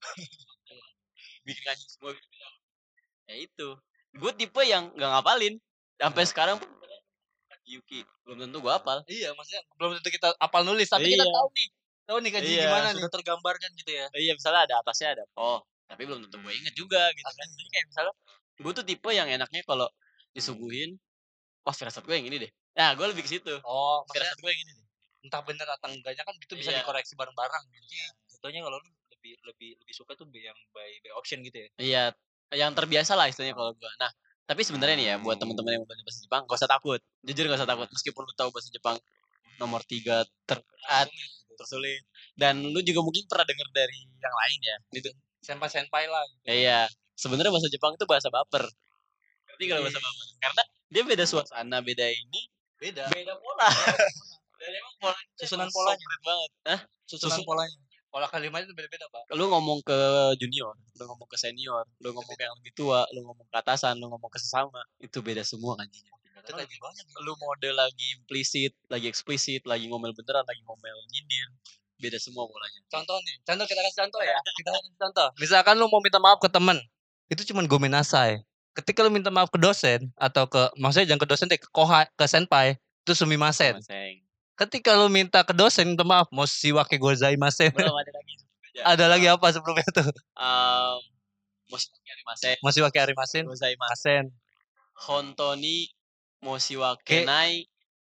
bikin kanji semua. Ya itu. Gue tipe yang nggak ngapalin. Sampai sekarang pun Yuki belum tentu gue hafal. Iya, maksudnya belum tentu kita apal nulis, tapi kita Iya. tahu nih. Tahu nih kanji Iya, gimana nih. Sudah tergambarkan gitu ya. Iya, misalnya ada atasnya ada oh, tapi belum tentu gue inget juga gitu kan. Jadi kayak misalnya gue tuh tipe yang enaknya kalau disuguhin, oh firasat gue yang ini deh. Nah, gue lebih ke situ. Oh, maksudnya Firasat gue yang ini deh. entah bener atau enggaknya kan itu bisa Iya. dikoreksi bareng-bareng gitu. Contohnya kalau lu lebih lebih lebih suka tuh yang by by option gitu ya. Iya, yang terbiasa lah istilahnya kalau gue. Nah, tapi sebenarnya nih ya buat teman-teman yang belajar bahasa Jepang, gak usah takut. Jujur gak usah takut. Meskipun lu tahu bahasa Jepang nomor tiga terberat, tersulit. Dan lu juga mungkin pernah dengar dari yang lain ya. Gitu. Senpai-senpai lah. Gitu. Ya, iya. Sebenarnya bahasa Jepang itu bahasa baper. Ngerti kalau bahasa baper? Karena dia beda suasana, beda ini, Beda. beda pola. Dan emang pola Susunan polanya. sopret banget. Hah? Susunan Susun- polanya. Pola kalimatnya itu beda-beda, Pak. Lu ngomong ke junior, lu ngomong ke senior, lu ngomong ke yang lebih tua, lu ngomong ke atasan, lu ngomong ke sesama, itu beda semua kanjinya. Itu kanji banyak. Lu mode lagi implisit, lagi eksplisit, lagi ngomel beneran, lagi ngomel nyindir, beda semua polanya. Contoh nih, contoh kita kasih contoh ya. Kita kasih contoh. Misalkan lu mau minta maaf ke temen, itu cuman gomenasai. Ketika lu minta maaf ke dosen atau ke, maksudnya jangan ke dosen deh, ke koha, ke senpai, itu sumimasen. Maseng. Ketika lu minta ke dosen minta maaf, moshiwake gozaimasen. Belum ada lagi. Ada lagi apa sebelumnya tuh? Um, Moshiwake arimasen. Moshiwake arimasen. Gozaimasu. Masen. Hontoni moshiwake nai.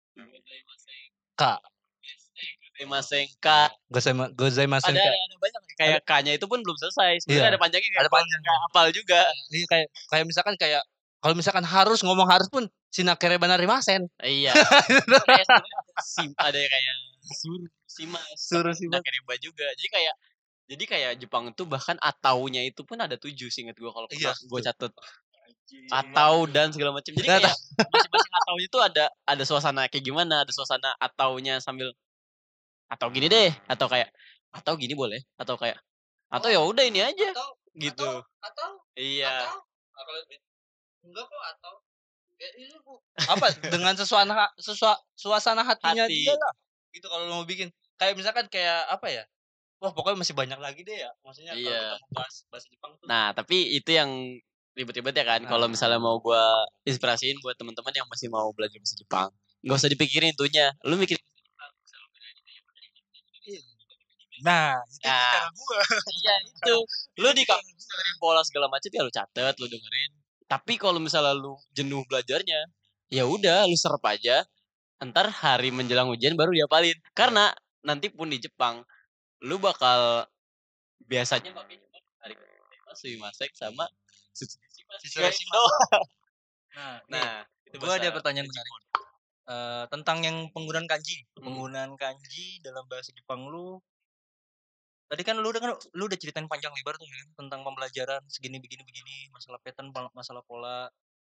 Ka. Gozaimasen ka. Gozaima, gozaimasen Ada, ka. ada banyak. Kayak K-nya itu pun belum selesai. Sebenarnya Iya. ada panjangnya kayak Ada panjang. Nggak hafal juga. Iya kayak kayak misalkan kayak kalau misalkan harus ngomong harus pun sinakere banarimasen. Iya. Kayak sebenarnya sim, ada kayak sur, simas, Suruh sih, Bang. Nakirimba juga. Jadi kayak jadi kayak Jepang itu bahkan ataunya itu pun ada tujuh sih inget gue kalau Iya, pernah gue catet. Atau dan segala macam. Jadi Nggak kayak masing-masing ataunya itu ada ada suasana kayak gimana, ada suasana ataunya sambil atau gini deh, atau kayak atau gini boleh, atau kayak atau ya udah ini aja Atau gitu. atau atau Iya. atau Ah, kalau enggak kok atau ya, ini Bu. Apa dengan suasana susua- suasana hatinya Hati. dia lah. Gitu kalau lu mau bikin kayak misalkan kayak apa ya? Wah, pokoknya masih banyak lagi deh ya. Maksudnya kalau Iya. kita mau bahas bahasa Jepang tuh. Nah, tapi itu yang ribet-ribet ya kan. Nah. Kalau misalnya mau gua inspirasiin buat teman-teman yang masih mau belajar bahasa Jepang, nggak usah dipikirin intunya. Lu mikir Nah, itu Nah. cara gua. iya itu. Lu di kampus dengerin pola segala macam ya lu catet, lu dengerin. Tapi kalau misalnya lu jenuh belajarnya, ya udah lu serap aja. Ntar hari menjelang ujian baru diapalin. Karena nanti pun di Jepang, lu bakal biasanya pakai cuma hari Sumimasen sama Sumimasen. Nah, nih, Nah, itu gua ada bahasa pertanyaan Jepang. menarik. Eh, tentang yang penggunaan kanji. Penggunaan kanji dalam bahasa Jepang lu Tadi kan lu udah kan lu udah ceritain panjang lebar tuh ya, tentang pembelajaran segini begini begini, masalah pattern, pal- masalah pola.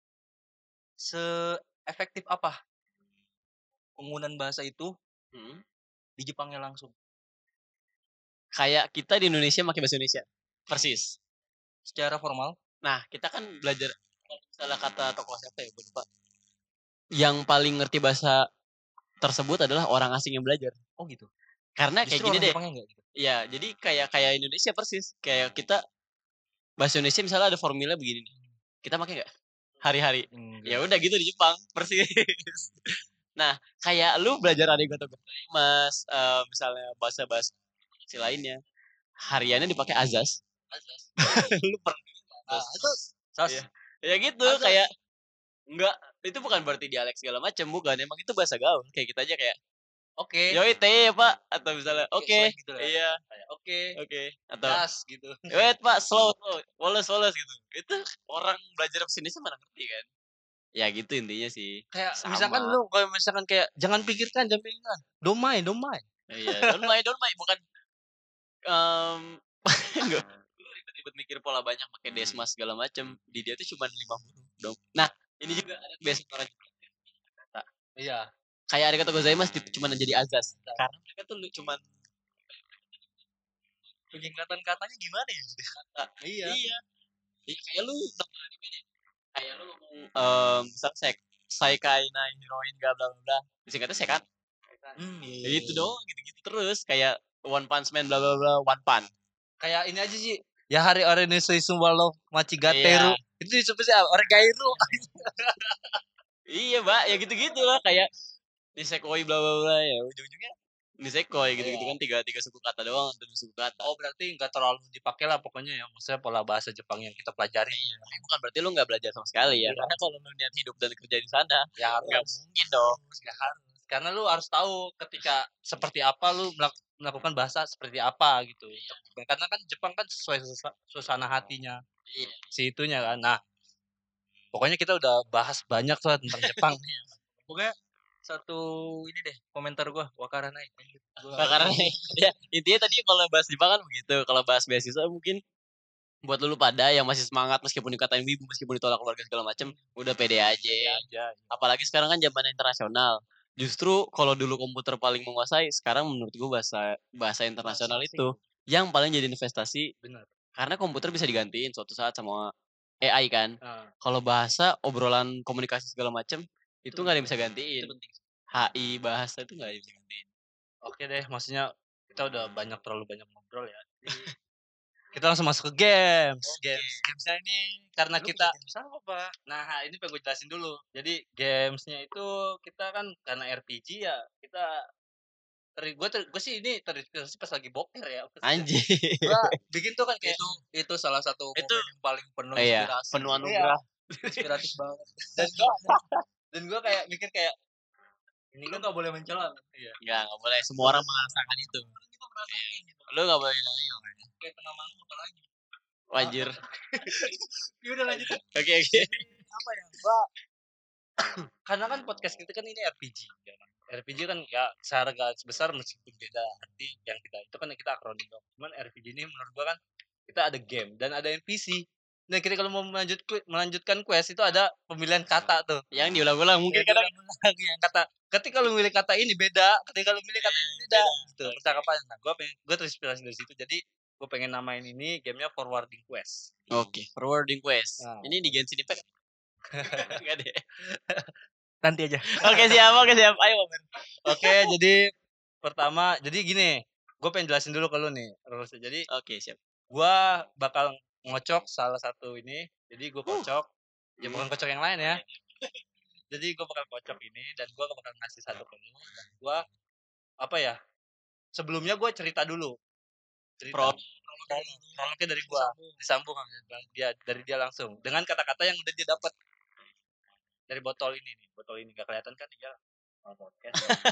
Seefektif apa penggunaan bahasa itu Hmm. di Jepangnya langsung? Kayak kita di Indonesia pakai bahasa Indonesia. Persis. Secara formal? Nah, kita kan belajar kalau misalnya kata tokoh siapa ya, gue lupa. Yang paling ngerti bahasa tersebut adalah orang asing yang belajar. Oh gitu. Karena kayak Justru gini orang deh. Jepangnya enggak gitu. Iya, jadi kayak kayak Indonesia persis. Kayak kita bahasa Indonesia misalnya ada formulnya begini nih. Kita pakai nggak? Hari-hari. Enggak. Ya udah gitu di Jepang, persis. Nah, kayak lu belajar arigato gozaimasu, eh misalnya bahasa-bahasa si lainnya, hariannya dipakai azas. Azas. Lu pernah Ah, azas? Sas. Iya. Ya gitu, Azas. kayak enggak, itu bukan berarti dialek segala macam, bukan. Emang itu bahasa gaul. Kayak kita aja kayak Oke. yoi teh Pak, atau misalnya Kayak oke, slang gitu lah. iya, Kayak oke. oke, atau Gas gitu. wait Pak, slow, slow, woles, woles gitu. Itu orang belajar bahasa Indonesia mana ngerti kan? Ya gitu intinya sih. Kayak Sama. misalkan lu kalau misalkan kayak jangan pikirkan, jangan pikirkan. Domai, domai. Iya, don't mind, don't mind. Bukan em enggak. Lu ribet-ribet mikir pola banyak pakai desma segala macem. Di dia tuh cuma lima huruf dong. Nah, ini juga ada biasa orang kata. Iya. Kayak arigato gozaimasu di- cuma jadi azas. Karena mereka tuh lu cuman Peningkatan katanya gimana ya? kata. Iya. Iya. Iya, kayak lu nonton anime deh. Kayak lu ngomong em misal sek Saikai na heroin bla bla bla. Disingkatnya sekat. Hmm, Ya gitu doang, gitu-gitu terus kayak One Punch Man bla bla bla, One Punch. Kayak ini aja sih. Ya hari orang ini Sumbalo Machigateru. Iya. Itu disebut sih orang Gairu. Iya, Mbak, ya gitu-gitu lah kayak nisekoi bla bla bla ya ujung-ujungnya nisekoi gitu-gitu Iya. kan tiga tiga suku kata doang atau dua suku kata. Oh berarti nggak terlalu dipakai lah pokoknya ya. Maksudnya pola bahasa Jepang yang kita pelajari. Iya, tapi bukan berarti lu nggak belajar sama sekali ya. Iya. Karena kalau lu niat hidup dan kerja di sana, Ya nggak harus. mungkin dong. Nggak harus. Karena lu harus tahu ketika seperti apa lu melak- melakukan bahasa seperti apa gitu. Karena kan Jepang kan sesuai suasa- suasana hatinya. Iya. Si itunya kan. Nah, pokoknya kita udah bahas banyak tuh tentang Jepang. Pokoknya satu ini deh komentar gua Wakaranai. Gua Nah, karena ya intinya tadi kalau bahas Jepang kan begitu. Kalau bahas beasiswa mungkin buat lu pada yang masih semangat meskipun dikatain wibu, meskipun ditolak keluarga segala macem, udah pede aja. aja. Apalagi sekarang kan zaman internasional. Justru kalau dulu komputer paling menguasai, sekarang menurut gua bahasa bahasa internasional asing. itu yang paling jadi investasi. Benar. Karena komputer bisa digantiin suatu saat sama A I kan. Nah, Kalau bahasa, obrolan, komunikasi segala macem itu nggak ada yang bisa gantiin. Itu penting. H I bahasa itu nggak ada yang bisa gantiin. oke deh, maksudnya kita udah banyak terlalu banyak ngobrol ya. Jadi, kita langsung masuk ke games. Games. Gamesnya ini karena Lu kita punya games apa, Pak? Nah, ini pengen gue jelasin dulu. Jadi gamesnya itu kita kan karena R P G ya, kita ter, gue ter, gue sih ini terinspirasi pas lagi boker ya. Anjir. Gue bikin tuh kan kayak Itu itu salah satu Itu- momen yang paling penuh Oh iya, inspirasi. penuh Iya. anugerah. Inspiratif banget. dan gue dan gue kayak mikir kayak Ini lu nggak boleh mencela. kan? iya. Enggak, enggak boleh. Semua orang merasakan itu. Kita merasakan gitu. Lu enggak boleh denial. Kayak tengah malam apa lagi? Wajir. Ya udah lanjut. Oke, oke. Apa ya? Gua karena kan podcast kita kan ini R P G ya kan. R P G kan ya secara garis besar meskipun beda arti yang kita itu kan kita akronim dong. Cuman R P G ini menurut gua kan kita ada game dan ada N P C. Nah, kita kalau mau melanjut melanjutkan quest itu ada pemilihan kata tuh. Yang diulang-ulang mungkin Mungkin kadang kadang lagi yang kata ketika lu milih kata ini beda, ketika lu milih kata ini beda gitu. Percakapan. Nah, gua pengen gua terinspirasi dari situ. Jadi gua pengen namain ini gamenya Forwarding Quest. Oke, forwarding quest. Nah. Ini di Genshin Impact. Enggak deh. Nanti aja. Oke, siap, oke, siap. Ayo, Omen. Oke, jadi pertama, jadi gini, gue pengen jelasin dulu ke lu nih, rulesnya. Jadi Oke, siap. gue bakal ngocok salah satu ini, jadi gue kocok, ya bukan kocok yang lain ya. Jadi gue bakal kocok ini dan gue bakal ngasih satu ke lu dan gue apa ya? Sebelumnya gue cerita dulu, cerita. Pro- Prolog- Prolognya dari gue, disambung sama dia dari dia langsung dengan kata-kata yang udah dia dapat dari botol ini nih, botol ini gak kelihatan kan ya? Oh, podcast.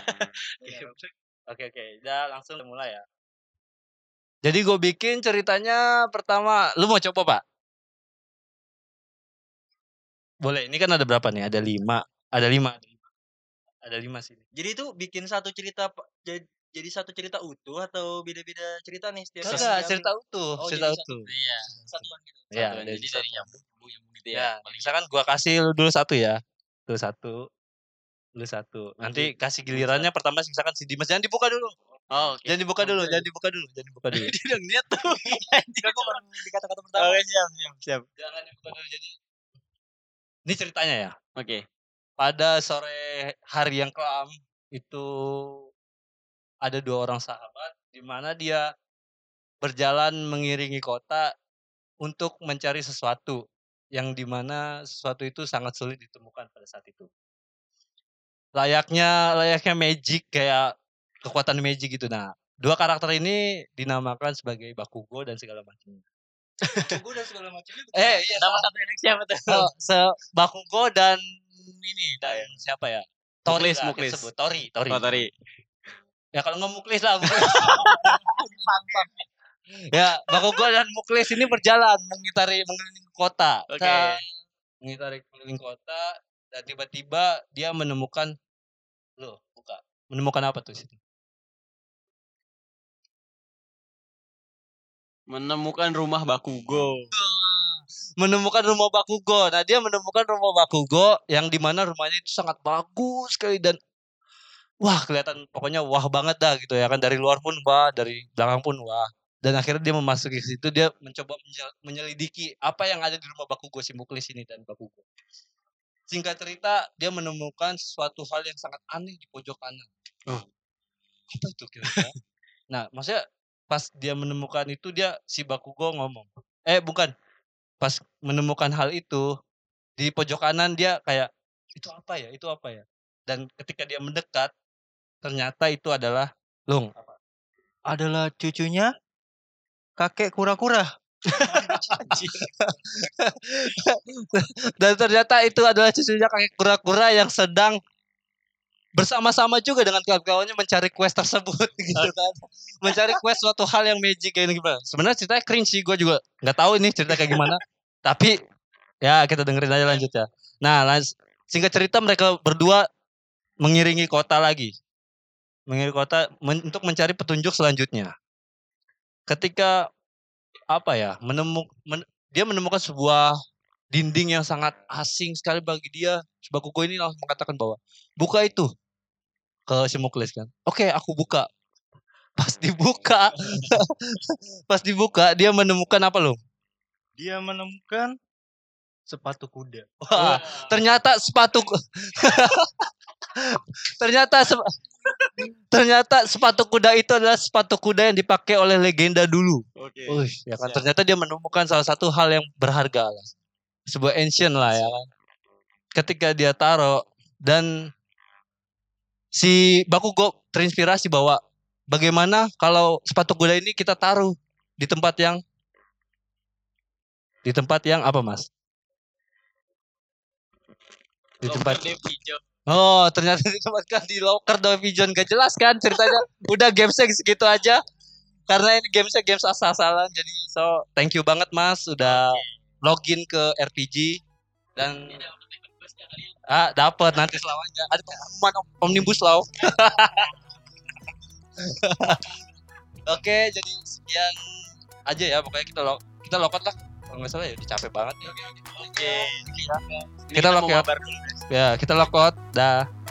Oke oke, udah langsung mulai ya. Jadi gue bikin ceritanya pertama, lu mau coba pak? Boleh, ini kan ada berapa nih? Ada lima, ada lima, ada lima, ada lima sih. Jadi itu bikin satu cerita Pak. Jadi jadi satu cerita utuh atau beda-beda cerita nih setiap yang Enggak, diambil? cerita utuh, Oh, cerita jadi satu- utuh. Iya. Satuan gitu. Iya, Satuan. dari Jadi satu. dari nyambung nyambung nyambung gitu ya. Ya, Paling misalkan gua kasih lu dulu satu ya. Tuh satu. Lu satu. Nanti kasih gilirannya pertama misalkan si Dimas, jangan dibuka dulu. Oh, oke. Jangan dibuka dulu, Oke. jangan dibuka dulu, jangan dibuka dulu. Dia udah ngeliat tuh. Enggak, gua baru di kata-kata pertama. Oke, siap, siap, siap. Jangan dibuka dulu. Jadi ini ceritanya ya. Oke. Pada sore hari yang kelam itu ada dua orang sahabat di mana dia berjalan mengiringi kota untuk mencari sesuatu yang dimana sesuatu itu sangat sulit ditemukan pada saat itu. Layaknya layaknya magic kayak kekuatan magic gitu. Nah, dua karakter ini dinamakan sebagai Bakugo dan segala macamnya. Bakugo dan segala macamnya. Eh, iya, Nama satu yang siapa tuh? oh, se Bakugo dan ini dan siapa ya? Tori Muklis, lah, Muklis. kita sebut. Tori, Tori. Oh, tadi. Ya kalau nggak Muklis lah. Muklis. Ya, Bakugo dan Muklis ini berjalan mengitari mengelilingi kota. Oke. Sa- Mengitari keliling kota dan tiba-tiba dia menemukan loh, buka. Menemukan apa tuh situ? Menemukan rumah Bakugo. Menemukan rumah Bakugo. Nah, dia menemukan rumah Bakugo yang dimana rumahnya itu sangat bagus sekali dan wah, kelihatan pokoknya wah banget dah gitu ya kan, dari luar pun wah, dari belakang pun wah. Dan akhirnya dia memasuki ke situ, dia mencoba menjel- menyelidiki apa yang ada di rumah Bakugo si Muklis ini dan Bakugo. Singkat cerita, dia menemukan sesuatu hal yang sangat aneh di pojok kanan. Oh. Apa itu kira-kira? Nah, maksudnya pas dia menemukan itu dia si Bakugo ngomong. Eh, bukan. Pas menemukan hal itu di pojok kanan dia kayak itu apa ya? Itu apa ya? Dan ketika dia mendekat ternyata itu adalah Lung. Adalah cucunya kakek kura-kura. Dan ternyata itu adalah cucunya kakek kura-kura yang sedang bersama-sama juga dengan kawan-kawannya mencari quest tersebut gitu kan. Mencari quest suatu hal yang magic kayak gimana. Sebenarnya ceritanya cringe sih, gue juga nggak tahu ini cerita kayak gimana. Tapi ya kita dengerin aja lanjut ya. Nah, lanjut. Singkat cerita mereka berdua mengiringi kota lagi. Mengiringi kota men- untuk mencari petunjuk selanjutnya. Ketika apa ya, menemu men- dia menemukan sebuah dinding yang sangat asing sekali bagi dia. Bakugo ini langsung mengatakan bahwa buka itu ke si Muklis kan. Oke, aku buka. Pas dibuka, pas dibuka dia menemukan apa loh? Dia menemukan sepatu kuda. Wah, ternyata sepatu ternyata sep- ternyata sepatu kuda itu adalah sepatu kuda yang dipakai oleh legenda dulu. Oke. Wih, ya kan ternyata dia menemukan salah satu hal yang berharga lah. Sebuah ancient lah ya kan. Ketika dia taruh dan si Bakugo terinspirasi bahwa bagaimana kalau sepatu kuda ini kita taruh di tempat yang di tempat yang apa Mas? Di tempat oh ternyata ditempatkan di locker Division, gak jelas kan ceritanya. Udah gamesnya segitu aja. Karena ini gamesnya games asal-asalan. Jadi so thank you banget Mas udah login ke R P G dan ah dapat nanti selawanya ada pengumuman omnibus law. Oke, jadi sekian aja ya pokoknya kita lo kita lokot lah. Kalau nggak salah ya udah capek banget ya. Oke. Kita lock ya. Ya, kita lokot. Dah.